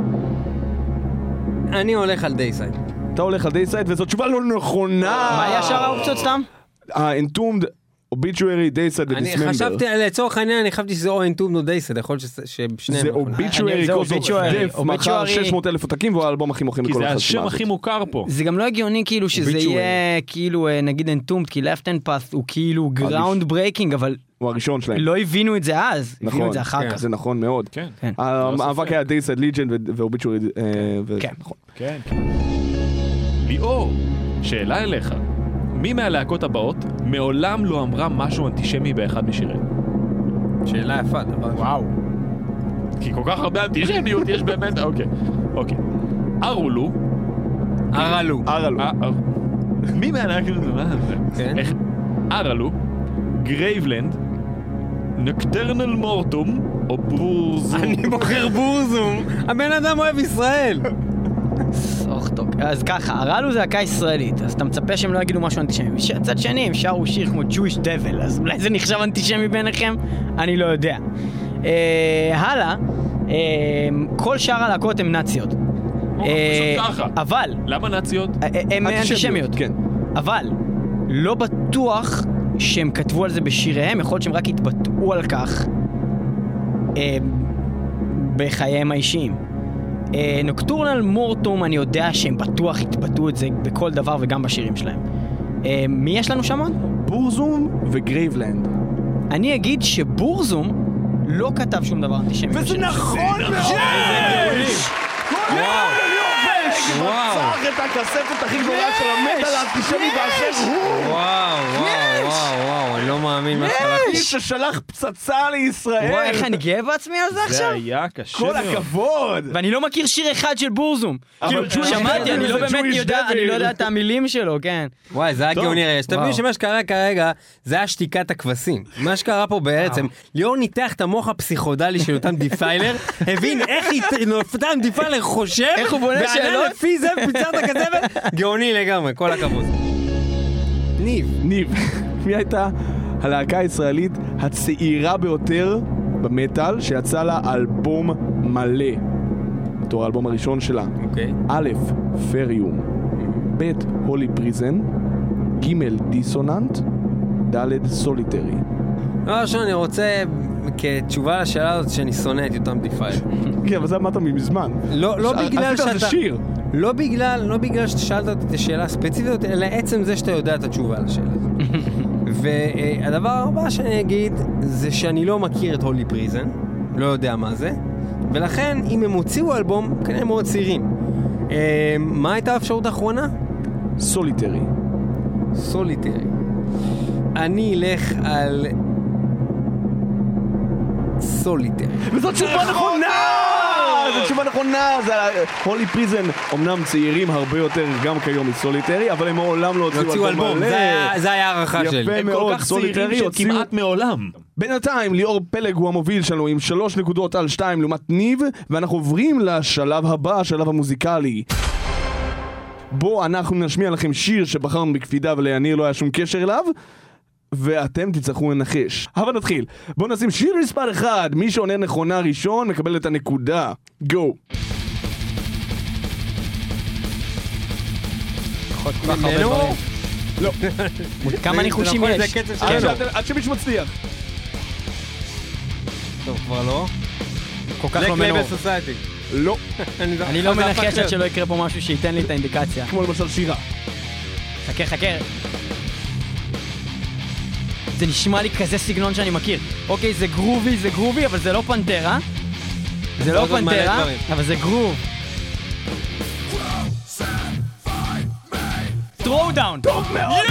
אני הולך על דייסייד.
אתה הולך על Dayside וזאת תשובה לא נכונה.
מה היה שאר האופציות סתם?
ה-Entombed, Obituary, Dayside
אני
ו-Dismember.
חשבתי, לצורך העניין, אני חשבתי שזה או אינטום או דייסייד, יכול להיות ששניהם.
זה
נכונים.
Obituary
זה
Cause of
Obituary.
Death, מכר
Obituary.
שש מאות אלף עותקים והוא האלבום הכי מוכרים
כי
בכל
זה
החשימה
השם
הזאת.
הכי מוכר פה.
זה גם לא הגיוני כאילו שזה
Obituary.
יהיה כאילו אה, נגיד אנטומד, כי Left Hand Path הוא כאילו גראונד ברייקינג, אבל
הוא הראשון שלהם.
לא הבינו את זה אז, הבינו
נכון,
את זה אחר כך.
זה נכון מאוד.
כן.
כן.
המאבק היה Dayside Legion ו-Obituary.
כן.
נכון.
כן. ליאור, שאלה אליך. מי מהלהקות הבאות מעולם לא אמרה משהו אנטישמי באחד משיריהם?
שאלה יפה, דבר.
וואו.
כי כל כך הרבה אנטישמיות יש באמת... אוקיי. אוקיי. ארולו.
ארלו.
ארלו.
אה, אה. מי מהלהקות... מה זה?
כן.
איך- ארלו, גרייבלנד, נקטרנל מורטום, או ברוזום.
אני בוחר בורזום. הבן אדם אוהב ישראל.
אוח טוב. אז ככה, הרלו זה להקה ישראלית, אז אתה מצפה שהם לא יגידו משהו אנטישמי. ש- צד שני, הם שרו שיר כמו Jewish Devil, אז אולי זה נחשב אנטישמי ביניכם? אני לא יודע. אה, הלאה, אה, כל שאר הלהקות הן נאציות.
או,
אה,
פשוט ככה.
אבל,
למה נאציות?
אה, אה, הן אנטישמיות.
כן.
אבל, לא בטוח שהם כתבו על זה בשיריהם, יכול להיות שהם רק התבטאו על כך אה, בחייהם האישיים. אה, נוקטורנל מורטום, אני יודע שהם בטוח התבטאו את זה בכל דבר וגם בשירים שלהם. אה, מי יש לנו שם עוד?
בורזום וגרייבלנד.
אני אגיד שבורזום לא כתב שום דבר אנטישמי.
וזה
בשירים שלו.
נכון מאוד!
וואו.
פצח את הכספת הכי גדולה של המטל האנטישמי באשר הוא!
וואו, וואו, וואו, וואו, אני לא מאמין מה שלחתי.
איש ששלח פצצה לישראל!
וואי, איך אני גאה בעצמי על זה
זה
עכשיו?
היה קשה
כל
מאוד.
הכבוד!
ואני לא מכיר שיר אחד של בורזום. כאילו,
Jewish
שמעתי,
Devil
אני לא
זה
באמת
Jewish
יודע, אני לא
Devil.
יודע את המילים שלו, כן.
וואי, זה היה
טוב.
גאוני רגע. שתבין
וואו.
שמה שקרה כרגע, זה היה שתיקת הכבשים. מה שקרה פה בעצם, ליאור ניתח את המוח הפסיכודלי של אותם דיפיילר, הבין איך אותם דיפיילר חושב,
איך הוא בונה
וענה
שאלות?
לפי זה פיצר את הכתבת, גאוני לגמרי, כל הכבוד. ניב.
ניב, מי הייתה הלהקה הישראלית הצעירה ביותר במטל שיצא לה אלבום מלא? בתור האלבום הראשון שלה.
אוקיי.
א', פריום, ב', הולי פריזן, ג', דיסוננט, ד', סוליטרי.
לא, ראשון, אני רוצה, כתשובה לשאלה הזאת, שאני שונא את אותם דיפיילר.
כן, אבל זה אמרת מזמן.
לא, לא בגלל
עשית על זה
שאתה...
שיר.
לא בגלל, לא בגלל שאתה שאלת אותי את השאלה הספציפית, אלא עצם זה שאתה יודע את התשובה לשאלה הזאת. והדבר הבא שאני אגיד, זה שאני לא מכיר את הולי פריזן, לא יודע מה זה, ולכן אם הם הוציאו אלבום, כנראה מאוד צעירים. אה, מה הייתה האפשרות האחרונה?
סוליטרי.
סוליטרי. אני אלך על... סוליטרי.
וזאת תשובה נכונה! זו תשובה נכונה! הולי פריזן אומנם צעירים הרבה יותר גם כיום מסוליטרי, אבל הם מעולם לא
הוציאו
הוציאו
אלבום,
אלבום מלא.
זה היה- זה היה הערכה שלי.
יפה
הם כל
מאוד,
כך צעירים
סוליטרי הוציאו...
שכמעט מעולם.
בינתיים ליאור פלג הוא המוביל שלנו עם שלוש נקודות על שתיים לעומת ניב, ואנחנו עוברים לשלב הבא, השלב המוזיקלי. בו אנחנו נשמיע לכם שיר שבחרנו בקפידה וליניר לא היה שום קשר אליו, ואתם תצטרכו לנחש. אבל נתחיל. בואו נשים שיר מספר אחד. מי שעונה נכונה ראשון מקבל את הנקודה. גו.
ממנו?
לא.
כמה ניחושים
נכון, זה
יש?
הקצב
עד
שלנו.
שאתם- עד שמישהו מצליח.
טוב, כבר לא.
כל כך
Black
לא מנור.
Label Society.
לא.
אני לא מנחש עד שלא יקרה פה משהו שייתן לי את האינדיקציה.
כמו למשל שירה.
חכה, חכה. זה נשמע לי כזה סגנון שאני מכיר. אוקיי, זה גרובי, זה גרובי, אבל זה לא פנטרה. זה לא
עוד מלא
פנטרה,
דברים.
אבל זה גרוב. throw down. טוב מאוד.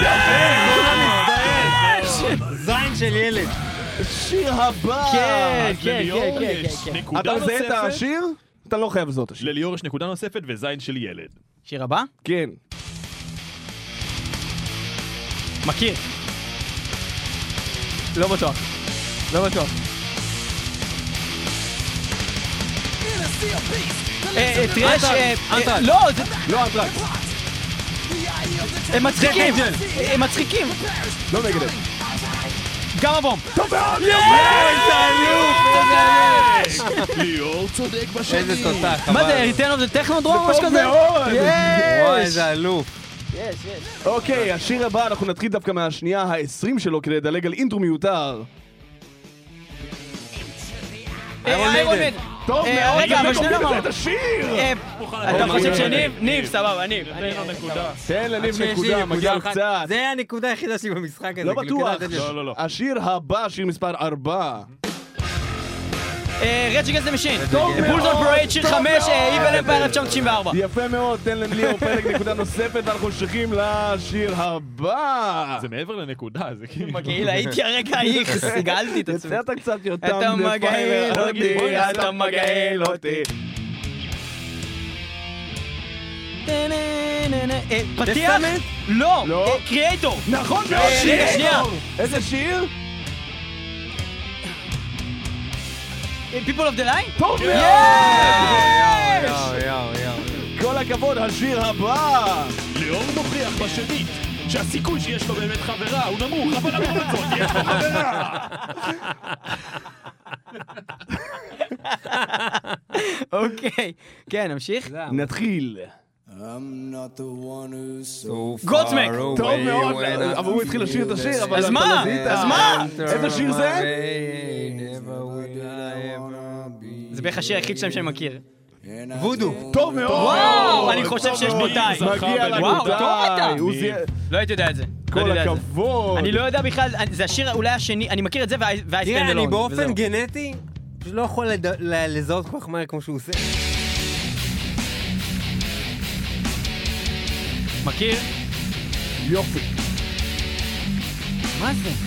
זין של ילד.
שיר הבא.
כן,
אז
כן,
לליאור
כן, כן,
יש
כן.
נקודה
אתה מזהה את
נוספת.
השיר? אתה לא חייב לזהות את השיר.
לליאור יש נקודה נוספת וזין של ילד.
שיר הבא?
כן.
מכיר. לא בטוח. לא בטוח. אה, טרש, אה, אה, לא, זה...
לא אנטרקס.
הם מצחיקים, הם מצחיקים.
לא מגדל.
גם הבום.
טוב מאוד!
ליאור צודק בשני.
איזה תותח.
מה זה, Return of the Technodrome או משהו כזה?
מאוד.
וואי, איזה אלוף.
אוקיי, השיר הבא, אנחנו נתחיל דווקא מהשנייה ה-עשרים שלו כדי לדלג על אינטרו מיותר.
איירון מיידן.
טוב
אה,
מאוד,
רגע, אבל
זה
שנייה
מוביל
אמרנו.
את השיר!
אה, אתה
אוקיי.
חושב שניב? ניב, סבבה, ניב.
תן לו נקודה.
תן לניב
שיש לי
נקודה, מגיע לו
אחת.
קצת.
זה הנקודה היחידה שלי במשחק הזה.
לא
כאילו,
בטוח.
כדאי לתת לי-
לא, לא, לא.
השיר הבא, שיר מספר ארבע.
רדג' אגנסט דה משין.
טוב מאוד.
בולס און פרייד, שיר
טוב
חמש,
מאוד.
איבל אמפייר אלף תשע מאות תשעים וארבע.
יפה מאוד, תן לליאור פלג נקודה נוספת ואנחנו ממשיכים לשיר הבא.
זה מעבר לנקודה, זה כאילו...
מגעיל, הייתי הרגע איכס, הגעלתי את עצמי.
יצאת קצת יותר
אתה מגעיל אותי, אתה מגעיל אותי. אה, פתיח?
Testament?
לא,
לא.
קריאייטור.
נכון מאוד,
אה,
שיר.
רגע, שנייה.
איזה שיר?
People of the Line?
טוב מאוד!
יאו, יאו, יאו.
כל הכבוד, השיר הבא!
ליאור מוכיח בשנית שהסיכוי שיש לו באמת חברה הוא נמוך, אבל למרות זאת יש לו חברה.
אוקיי, כן, נמשיך.
נתחיל.
I'm not the one who's so
גוטסמק.
טוב מאוד, אבל הוא התחיל לשיר את השיר, אבל
אז
אתה
מה?
לא זיהית.
אז מה?
איזה שיר זה?
זה בערך השיר היחיד שלהם שאני מכיר.
וודו.
טוב מאוד!
וואו, אני חושב שיש בו טיים.
מגיע לנו
וואו, טוב אתה.
די! הוא זיהה-
לא הייתי יודע את זה. לא
כל
יודע את זה.
הכבוד!
אני לא יודע בכלל, אני- זה השיר אולי השני, אני מכיר את זה והאייסטנד
תראה,
אלון.
אני באופן גנטי פשוט לא יכול לד- ל- לזהות כל כך מהר כמו שהוא עושה.
מכיר?
יופי.
מה זה?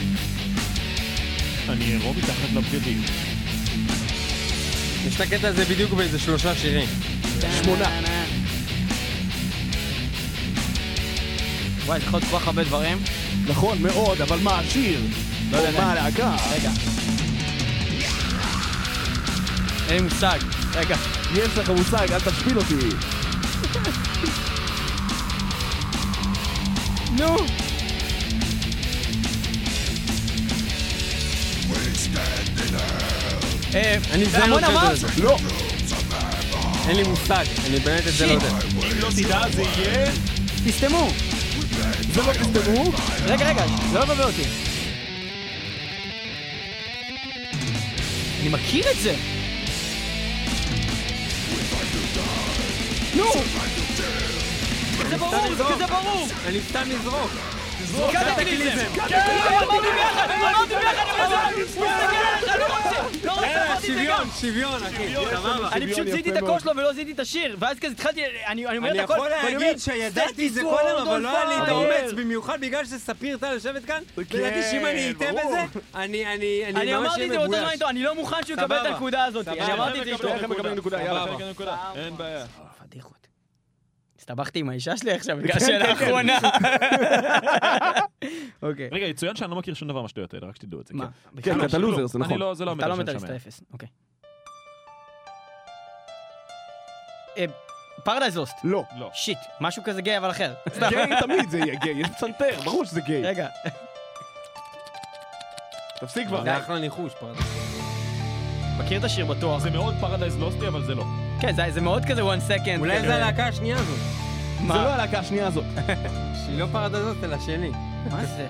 אני ארום מתחת לבגדים.
יש את הקטע הזה בדיוק באיזה שלושה שירים.
שמונה.
וואי, זה יכול להיות כל כך הרבה דברים.
נכון מאוד, אבל מה השיר?
לא יודע.
או מה הלהקה?
רגע. אין לי מושג. רגע.
יש לך מושג, אל תשפיל אותי.
נו! אה,
אני
זה
זה לא
המון
יודע
אמר?
את זה.
לא.
אין לי מושג, אני באמת את זה לא
שיט.
יודע.
אם לא תדע זה יהיה...
תסתמו.
זה לא תסתמו.
רגע, רגע, לא מבלבל אותי. אני מכיר את זה. נו! זה ברור, זה כזה ברור!
אני סתם נזרוק.
קטקליזם! אמרנו ביחד, אמרנו ביחד, הוא מסתכל עליך, לא רוצה, לא רוצה,
אה,
אמרתי את זה גם.
שוויון, שוויון, אחי. סבבה.
אני פשוט זיהיתי את הקול שלו ולא זיהיתי את השיר, ואז כזה התחלתי, אני אומר
אני
את הכל,
יכול
ואני אומר,
להגיד שידעתי את זה קודם, אבל לא היה לי את האומץ, במיוחד בגלל שספיר טל יושבת כאן, וידעתי שאם אני אתן
ברור.
בזה, אני אני
אני
אני ממש
אמרתי את זה
אהיה
באותו זמן
מבויש.
איתו, אני לא מוכן שהוא יקבל את
סבבה.
הנקודה הזאת,
סבבה.
אני אמרתי את זה איתו.
איך הם מקבלים נקודה? יאללה.
נקודה. אין בעיה.
פדיחות. הסתבכתי עם האישה שלי עכשיו, בגלל השאלה האחרונה. אוקיי.
רגע, יצוין שאני לא מכיר שום דבר מהשטויות האלה, רק שתדעו את זה.
מה?
כן, כי אתה לוזר, זה
אני
נכון.
לא, זה לא
אתה לא
המטר שאני
מטאליסט
שומע.
אפס, אוקיי. פרדייז לוסט.
לא.
לא.
שיט, משהו כזה גיי אבל אחר.
גיי תמיד זה יהיה גיי, יש פסנתר, ברור שזה גיי.
רגע.
תפסיק כבר.
זה אחלה ניחוש, פרדה.
מכיר את השיר בטוח.
זה מאוד פרדייז לוסטי, אבל זה לא.
כן, זה- זה מאוד כזה one second.
אולי
כזה.
זה הלהקה השנייה הזאת.
זה
מה?
לא הלהקה השנייה הזאת.
שהיא לא פרדה זאת, אלא שלי.
מה זה?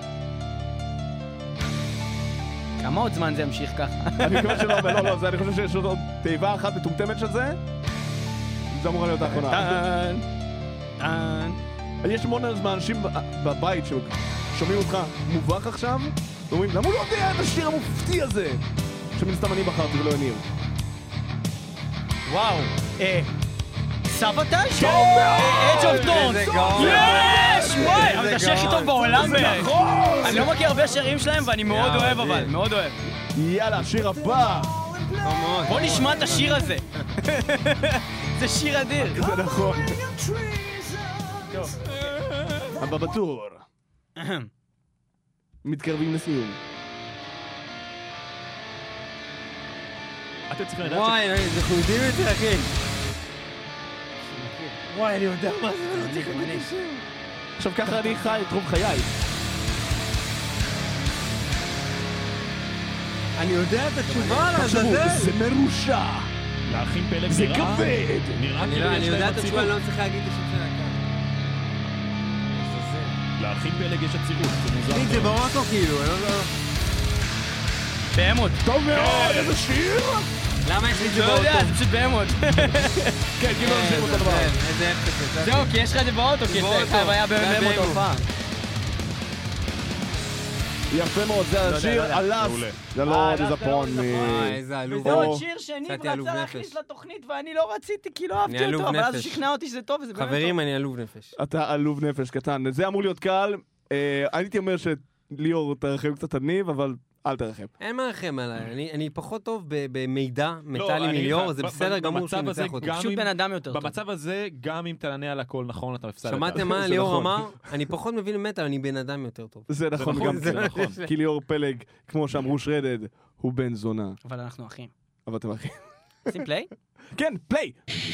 כמה עוד זמן זה ימשיך ככה?
אני מקווה שלא, אבל לא, לא, זה אני חושב שיש עוד תיבה אחת מטומטמת של זה. זה אמורה להיות האחרונה.
טאן, טאן.
יש המון מהאנשים בבית ששומעים אותך מובך עכשיו, ואומרים, למה הוא לא יודע את השיר המופתי הזה? שמן סתם אני בחרתי ולא יניר.
וואו. אה... סבתאז'?
טוב מאוד!
אדג' אוף טורנס.
איזה גאון.
יש! וואי, אבל זה השיר הכי טוב
גאון.
בעולם בערך.
נכון!
אני לא מכיר הרבה שירים שלהם ואני מאוד
יאו,
אוהב אבל,
מדהים.
מאוד אוהב.
יאללה, השיר הבא.
בוא נשמע את השיר הזה. זה שיר אדיר.
זה נכון. הבא בתור. מתקרבים לסיום.
אתם צריכים לדעת
וואי, אנחנו יודעים את זה, אחי. וואי, אני יודע מה זה, אני לא צריך לדעת את השם.
עכשיו ככה אני חי את רוב חיי.
אני יודע את התשובה על
תחשבו,
הזה.
זה מרושע.
לאחים פלג
זה
נראה...
כבד.
נראה
אני
כאילו
לא-
יש
אני יודע
להם
את התשובה,
עצירות.
אני לא צריך להגיד את השם של הקהל.
לאחים פלג יש עצירות, זה מוזר.
תגיד, זה באוטו כאילו, אני לא יודע.
בהמות.
טוב מאוד, איזה שיר.
למה יש לי את זה
לא
באוטו?
יודע, זה פשוט בהמות.
כן, כאילו
אה,
אנשים
זה-
אותו דבר.
כן, איזה אפס זה.
זהו, כי יש לך את זה באוטו, כי
באוטו.
זה חייב היה
זה היה
בהמות
בהמות.
הופעה.
יפה מאוד, זה
יודע,
השיר
לא יודע.
הלאס.
מעולה.
זה
אה,
לא
לאס זה לא
דיזפון.
דיזפון.
אה, איזה עלוב.
וזה
או-
עוד שיר שניב
יצאתי עלוב
רצה
נפש.
להכניס לתוכנית ואני לא רציתי, כי לא
אני
אהבתי
עלוב
אותו, אבל אז
נפש.
הוא שכנע אותי שזה טוב וזה באמת טוב.
חברים, אני עלוב נפש.
אתה עלוב נפש קטן. זה אמור להיות קל. אה, הייתי אומר שליאור תרחם קצת על ניב, אבל אל תרחם.
אין מה לכם עליי, אני- אני פחות טוב ב- במידע
לא,
מטאלי
אני
מליאור,
אגיד
זה
לך,
בסדר
ב-
גמור
במצב
שהוא
הזה
ניצח אותי.
גם
פשוט
אם-
בן אדם יותר טוב.
במצב הזה, גם אם תענה על הכל נכון, אתה הפסדת.
שמעתם מה
זה
ליאור
נכון.
אמר? אני פחות מבין במטאל, אני בן אדם יותר טוב.
זה נכון
נכון,
גם
זה
כן.
נכון.
כי ליאור פלג, כמו שאמרו שרדד, הוא בן זונה.
אבל אנחנו אחים.
אבל אתם אחים.
שים פליי?
כן, פליי!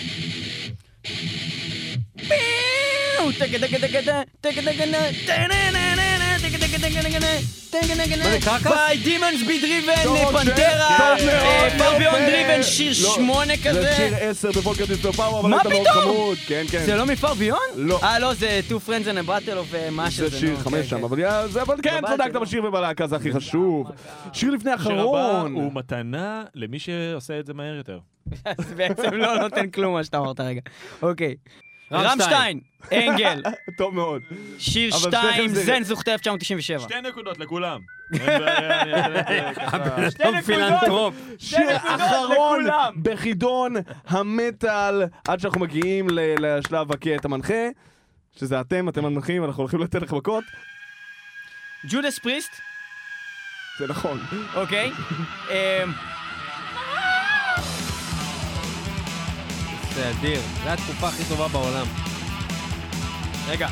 מה זה, קרקס?
ביי דימונס בי דריבן,
טוב,
פנטרה,
טוב מאוד,
פרביון
יפה.
דריבן, שיר
לא,
שמונה
זה
כזה.
שיר עשר בוולקר דיסטר פאוור, אבל
מה
אתה מאוד
פתאום?
חמוד. כן, כן.
זה לא מפרביון?
לא.
אה, לא, זה Two Friends and a Battle of uh, מה שזה.
זה שיר
נו,
חמש
כן,
שם,
כן.
אבל יא, זה- אבל כן,
לא
צדקת
באתי,
בשיר ובלהקה, זה הכי חשוב. שיר לפני
השיר הבא
אחרון.
הוא מתנה למי שעושה את זה מהר יותר.
אז בעצם לא נותן כלום מה שאתה אמרת רגע. אוקיי.
רמשטיין.
רמשטיין, אנגל,
טוב מאוד.
שיר
אבל
שתיים,
שניכם זה-
זנזוכט אלף תשע מאות תשעים ושבע.
שתי נקודות לכולם. אין בעיה, אני אעשה את זה ככה.
שתי
טוב
נקודות.
פילנטרופ.
שיר
נקודות
אחרון
לכולם.
בחידון המטאל, עד שאנחנו מגיעים ל- לשלב הקטע המנחה, שזה אתם, אתם המנחים, אנחנו הולכים לתת לך מכות.
ג'ודס פריסט,
זה נכון.
אוקיי. אמ,
זה אדיר, זה התקופה הכי טובה בעולם.
רגע.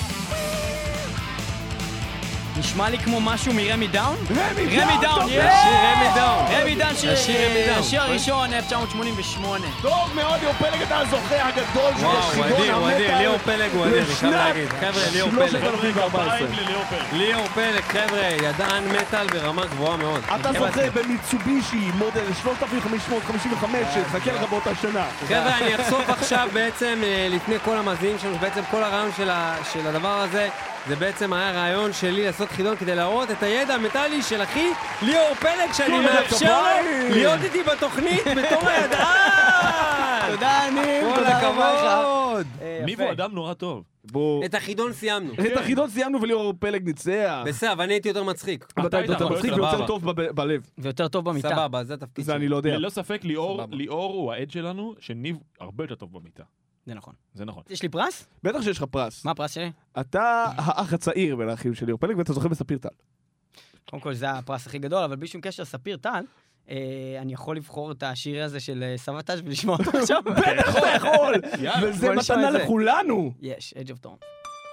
נשמע לי כמו משהו מרמי דאון?
רמי
רמי דאון,
טוב
יש!
מאוד.
שיר רמי דאון.
רמי דאון, שיר
השיר רמי דאון.
השיר הראשון, אלף תשע מאות שמונים ושמונה.
טוב מאוד, ליאור פלג, אתה הזוכה הגדול של
וואו, הוא
חידון
אדיר, הוא אדיר,
המטאל.
ליאור פלג הוא אדיר, אני חייב
לשנת
להגיד. חבר'ה, ליאור
שלושת
פלג.
אלפים וארבע עשרה.
כפיים לליאור פלג.
ליאור פלג, חבר'ה, ידען מטאל ברמה גבוהה מאוד.
אתה
אני
זוכה
חייב להגיד.
במיצובישי מודל שלושת אלפים חמש מאות חמישים וחמש שתחכה לך באותה שנה.
חבר'ה, אני אחשוף עכשיו בעצם, אה, לפני כל המאזינים שלנו, בעצם כל הרעיון של ה- של הדבר הזה, זה בעצם היה רעיון שלי לעשות חידון כדי להראות את הידע המטאלי של אחי ליאור פלג, שאני
תודה,
מאפשר
כפיים.
לו להיות איתי בתוכנית בתור הידען!
תודה, ניב,
כל
תודה רבה לך.
הכבוד!
אה,
ניב
יפה.
הוא אדם נורא טוב.
בואו.
את החידון סיימנו.
את החידון סיימנו וליאור פלג ניצח.
בסדר, אבל אני הייתי יותר מצחיק.
אבל אתה
היית
יותר
הרבה
מצחיק
יותר
ויותר
סבבה.
טוב ב- בלב.
ויותר טוב במיטה.
סבבה, זה התפקיד
זה
שלי.
אני לא יודע.
ללא ספק ליאור,
סבבה.
ליאור הוא העד שלנו, שניב הרבה יותר טוב במיטה.
זה נכון.
זה נכון.
יש לי פרס?
בטח שיש לך פרס.
מה הפרס שלי?
אתה האח הצעיר בין האחים של ליאור פלג ואתה זוכה בספיר טל.
קודם כל זה הפרס הכי גדול, אבל בלי שום קשר ספיר טל, אה, אני יכול לבחור את השיר הזה של אה, סבתש ולשמוע אותו עכשיו?
בטח אתה יכול!
יאללה,
וזה
בוא נשמע
מתנה
את זה.
לכולנו!
יש, Edge of Thorns.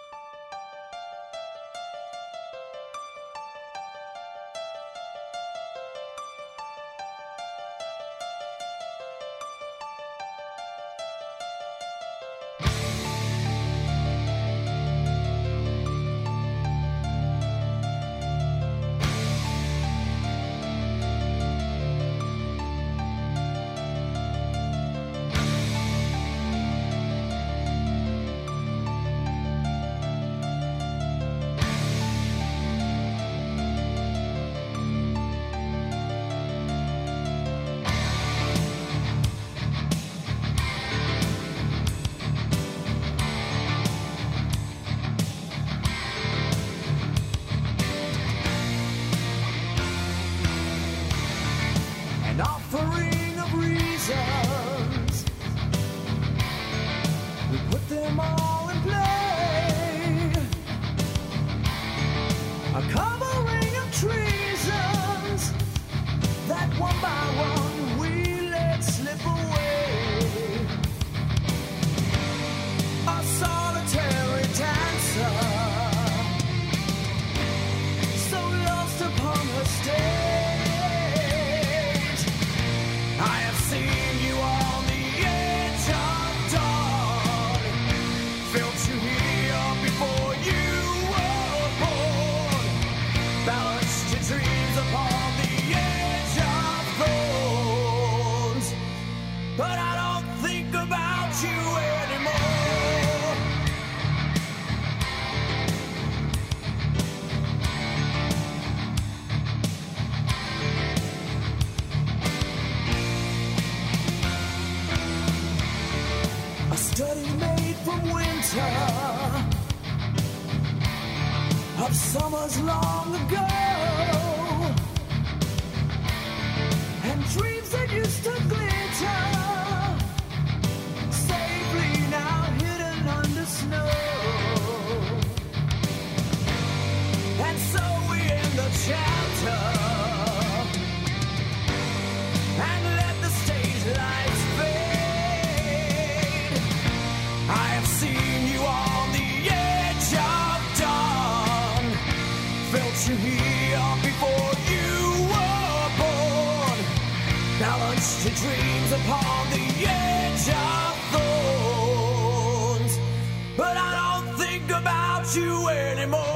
An offering of reasons. We put them all in play. A covering of treasons that one by one we let slip away. A solitary dancer, so lost upon her stage. of summers long ago, and dreams that used to glitter, safely now hidden under snow. And so we end the chapter and let the stage lights fade. I have seen you on the edge of dawn, felt you here before you were born, balanced your dreams upon the edge of thorns. But I don't think about you anymore.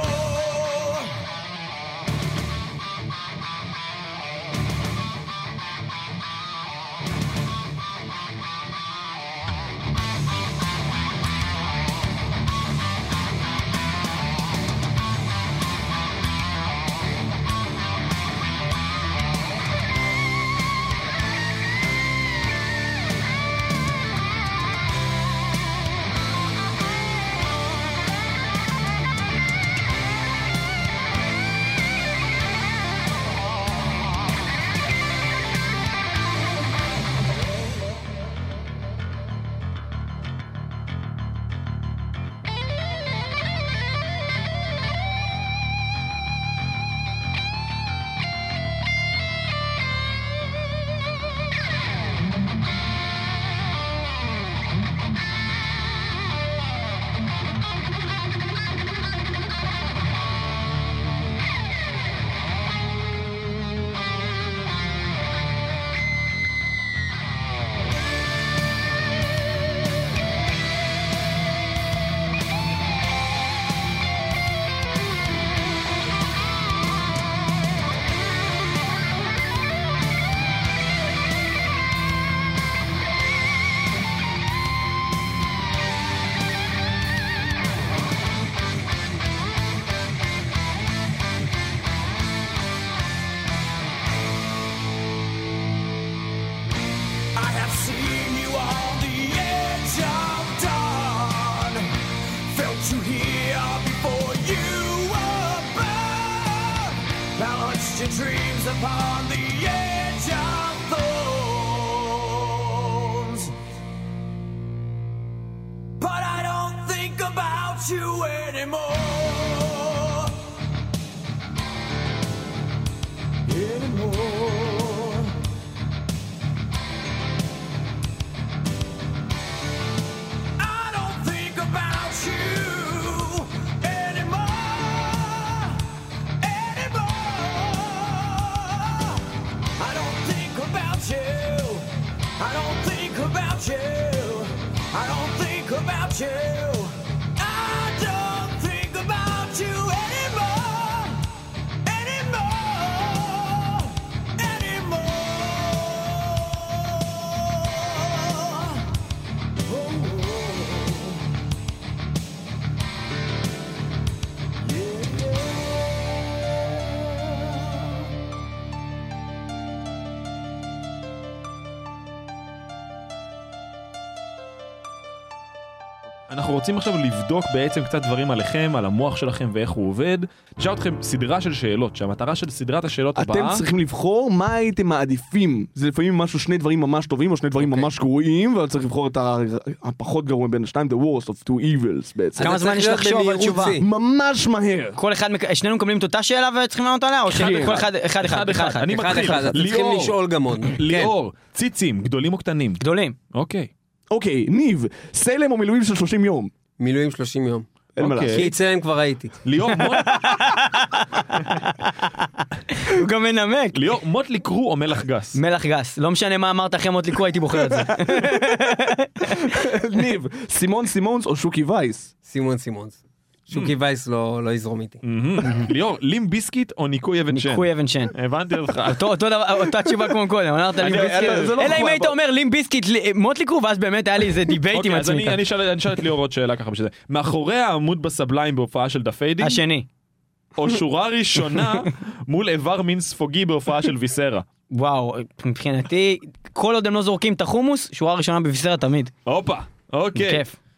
Your dreams upon the edge of thorns. But I don't think about you anymore. Anymore. I don't think about you. I don't think about you. I don't think about you. I don't think about you anymore. Anymore. Anymore. Oh. Yeah, yeah.
אנחנו רוצים עכשיו לבדוק בעצם קצת דברים עליכם, על המוח שלכם ואיך הוא עובד. נשאל אתכם סדרה של שאלות, שהמטרה של סדרת השאלות הבאה...
אתם צריכים לבחור מה הייתם מעדיפים. זה לפעמים משהו, שני דברים ממש טובים או שני דברים ממש גרועים, אבל צריך לבחור את הפחות גרוע בין השניים, the worst of two evils בעצם.
כמה זמן יש לחשוב על תשובה?
ממש מהר.
כל אחד, שנינו מקבלים את אותה שאלה וצריכים לענות עליה, או שכל אחד, אחד, אחד, אחד,
אני מתחיל.
צריכים לשאול גם עוד.
ליאור, ציצים, גדולים או קטנים?
גדולים.
אוקיי.
אוקיי, ניב, סלם או מילואים של שלושים יום?
מילואים שלושים יום.
אין מה לעשות.
כי אצלם כבר הייתי.
ליאור,
הוא גם מנמק.
ליאור, מוטלי קרו או מלח גס?
מלח גס. לא משנה מה אמרת אחרי מוטלי קרו, הייתי בוחר את זה.
ניב, סימון סימונס או שוקי וייס?
סימון סימונס. שוקי וייס לא יזרום איתי.
ליאור, לים ביסקיט או ניקוי אבן שן?
ניקוי אבן שן.
הבנתי אותך.
אותה תשובה כמו קודם, אמרת לים ביסקיט. אלא אם היית אומר לים ביסקיט, מוטלי קרו, ואז באמת היה לי איזה דיבייט עם עצמי.
אני אשאל את ליאור עוד שאלה ככה בשביל זה. מאחורי העמוד בסבליים בהופעה של דפיידינג?
השני.
או שורה ראשונה מול איבר מין ספוגי בהופעה של ויסרה?
וואו, מבחינתי, כל עוד הם לא זורקים את החומוס, שורה ראשונה בוויסרה תמיד.
הופה, אוקיי.
כיף.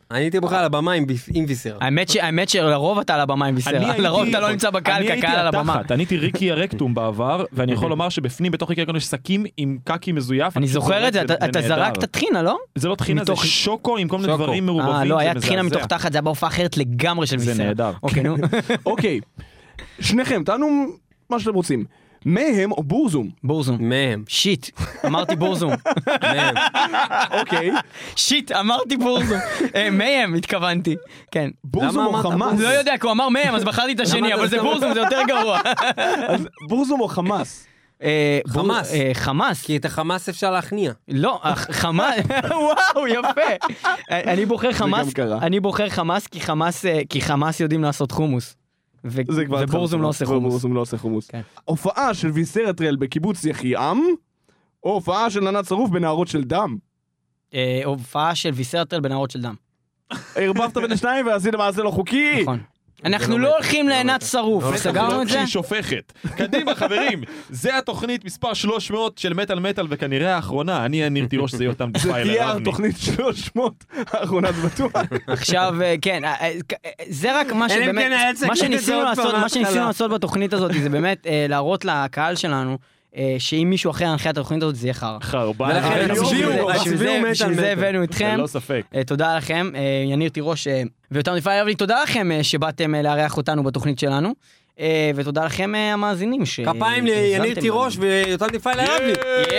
אני הייתי בכלל על הבמה עם ביס- עם ויסר.
האמת ש- האמת שלרוב אתה על הבמה עם
אני
ויסרה,
הייתי-
לרוב אתה לא נמצא בקהל,
אני
כי
הייתי
הקהל על הבמה.
התחת, אני הייתי ריקי הרקטום בעבר, ואני יכול לומר שבפנים בתוך ריקי הרקטום יש שקים עם קקי מזויף.
אני זוכר את זה, אתה-
זה
אתה
נהדר.
זרקת טחינה, לא?
זה לא טחינה, זה
מתוך-
שוקו עם כל מיני
שוקו.
דברים מעורבבים.
אה, לא, היה
זה
טחינה
מזעזע.
מתוך תחת, זה היה בהופעה אחרת לגמרי של
זה
ויסרה.
נהדר.
אוקיי, נו.
אוקיי, שניכם, תענו מה שאתם רוצים. מהם או בורזום?
בורזום.
מהם.
שיט, אמרתי בורזום.
מהם.
אוקיי.
שיט, אמרתי בורזום. אה, מהם התכוונתי. כן.
בורזום
למה
או
אמרת
חמאס?
לא יודע, כי הוא אמר מהם, אז בחרתי את השני,
למה
אבל
אתה
זה
סתם-
בורזום, זה יותר גרוע.
אז בורזום או חמאס?
אה, בור-
חמאס.
אה, חמאס.
כי את החמאס אפשר להכניע.
לא, הח- חמאס, וואו, יפה. אני בוחר חמאס,
גם קרה.
אני בוחר חמאס כי חמאס, אה, כי חמאס יודעים לעשות חומוס. ו-
זה כבר
ובורזום לא עושה חומוס.
בורזום לא עושה חומוס.
כן.
הופעה של ויסרטרל בקיבוץ יחיעם, או הופעה של ננת שרוף בנהרות של דם.
אה, הופעה של ויסרטרל בנהרות של דם.
ערבבת בין השניים ועשית מעשה לא חוקי.
נכון. אנחנו
לא
לא
מת.
הולכים
לא
לעינת
מת.
שרוף,
לא מת.
סגרנו את זה?
כשהיא שופכת. קדימה חברים, זה התוכנית מספר שלוש מאות של מטל מטל וכנראה האחרונה. אני יניר תירוש, זה יותם
זה
דיפיילר
תהיה
אבני.
התוכנית שלוש מאות האחרונה, זה בטוח.
עכשיו, אה, כן, אה, אה, זה רק מה
אלא אם
שבאמת,
כן היה צריך
מה
להגיד את זה
שניסינו
עוד
לעשות,
פעם
מה שניסינו
מההתחלה.
לעשות בתוכנית הזאת, זה באמת אה, להראות לקהל שלנו, אה, שאם מישהו אחר ינחה את התוכנית הזאת, זה יהיה חרא.
חרבן.
ולכן
אה,
הצביעו,
בשביל זה-
הצביעו
בשביל זה-
מטל
בשביל זה
מטל.
הבאנו אתכם.
ללא ספק.
אה, תודה לכם, אה, יניר תירוש אה, ויותם דיפיילר אבני, תודה לכם אה, שבאתם אה, לארח אותנו בתוכנית שלנו, אה, ותודה לכם אה, המאזינים. ש-
כפיים
שהאזנתם
ליניר
לנו.
תירוש ויותם דיפיילר אבני.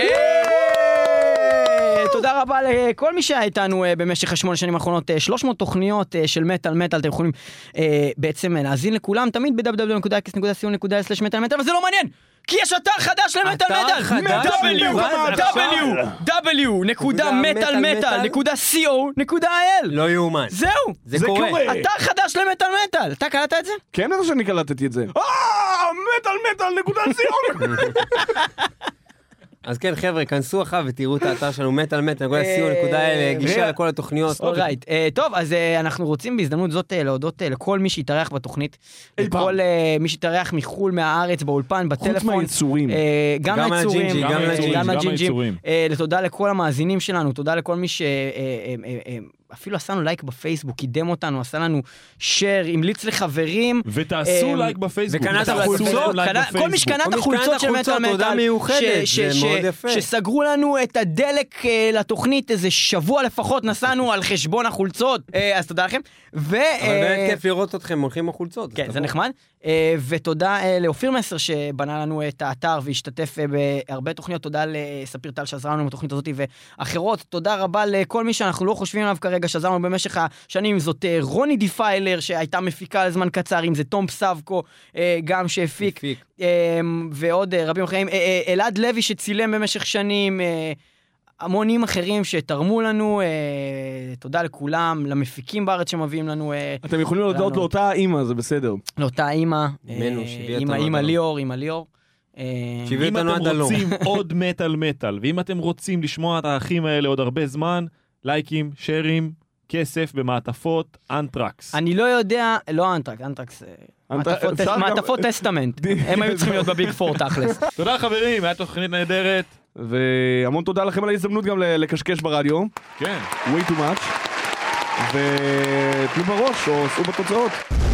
יאיי! תודה רבה לכל מי שהיה איתנו אה, במשך השמונה שנים האחרונות, אה, שלוש מאות תוכניות אה, של מטל מטל, אתם יכולים אה, בעצם אה, להאזין לכולם, תמיד ב-דאבליו דאבליו דאבליו נקודה אקס נקודה סי או נקודה איי סלאש מטל מטל, אבל זה לא מעניין! כי יש אתר חדש למטל
אתר
מטל!
חדש?
דאבליו דאבליו דאבליו נקודה מטל מטל נקודה סי או נקודה איי אל.
לא יאומן.
זהו!
זה
זה
קורה.
קורה.
אתר חדש למטל מטל! אתה קלטת את זה?
כן, איך שאני קלטתי את זה. אה, מטל מטל נקודה ציון.
אז כן, חבר'ה, כנסו אחר ותראו את האתר שלנו, מטל מטל נקודה סי או נקודה איי אל, גישה לכל התוכניות.
אורייט, טוב, אז אה, אנחנו רוצים בהזדמנות זאת אה, להודות אה, לכל מי שהתארח בתוכנית,
אי פעם.
לכל אה, מי שהתארח מחול, מהארץ, באולפן, בטלפון.
מהיצורים.
אה, גם
גם
ליצורים,
לג'ינג'י,
גם ליצורים,
גם
גם
לג'ינג'ים.
ליצורים.
אה, לתודה לכל המאזינים שלנו, תודה לכל מי ש... אה, אה, אה, אה, אפילו עשה לנו לייק בפייסבוק, קידם אותנו, עשה לנו שייר, המליץ לחברים.
ותעשו
אה,
לייק בפייסבוק.
וקנה את
תעשו
החולצות,
לייק
קנה- כל מי שקנה את
כל מי
החולצות
שקנה
של
את
מטל
החולצות, תודה
מטל,
מיוחדת,
ש-
זה
ש-
מאוד
ש-
יפה.
שסגרו לנו את הדלק אה, לתוכנית, איזה שבוע לפחות נסענו על חשבון החולצות, אה, אז תודה לכם. ו-
אבל
אה,
באמת כיף לראות אתכם הולכים עם החולצות.
כן,
אז
זה
תבואו.
נחמד. אה, ותודה אה, לאופיר מסר שבנה לנו את האתר והשתתף אה, בהרבה תוכניות. תודה לספיר טל שעזרה לנו בתוכנית הזאת ואחרות. תודה רבה לכל מי שאנחנו לא חושבים עליו כרגע, שעזר לנו במשך השנים. זאת אה, רוני דיפיילר שהייתה מפיקה לזמן קצר, אם זה תום פסבקו אה, גם שהפיק,
הפיק.
אה, ועוד אה, רבים אחרים. אה, אה, אלעד לוי שצילם במשך שנים, אה, המונים אחרים שתרמו לנו. אה, תודה לכולם, למפיקים בארץ שמביאים לנו, אה,
אתם יכולים להודות
לענות.
לאותה אימא, זה בסדר.
לאותה אימא,
אימנו,
אה,
שהביאה
אימא,
אותנו
אימא
עד הלום.
ליאור, אימא ליאור. אה,
שהביאה
אם
אותנו
אתם
עד הלום.
רוצים עוד מטל מטל, ואם אתם רוצים לשמוע את האחים האלה עוד הרבה זמן, לייקים, שרים, כסף במעטפות, אנטרקס.
אני לא יודע, לא אנטרקס, אנטרקס, אה,
אנט-
מעטפות
אפשר
טס-
גם-
מעטפות טסטמנט, הם היו צריכים להיות בביג פור תכלס.
תודה חברים, הייתה תוכנית נהדרת.
והמון תודה לכם על ההזדמנות גם ל- לקשקש ברדיו.
כן.
way too much. ותנו בראש או סעו בתוצאות.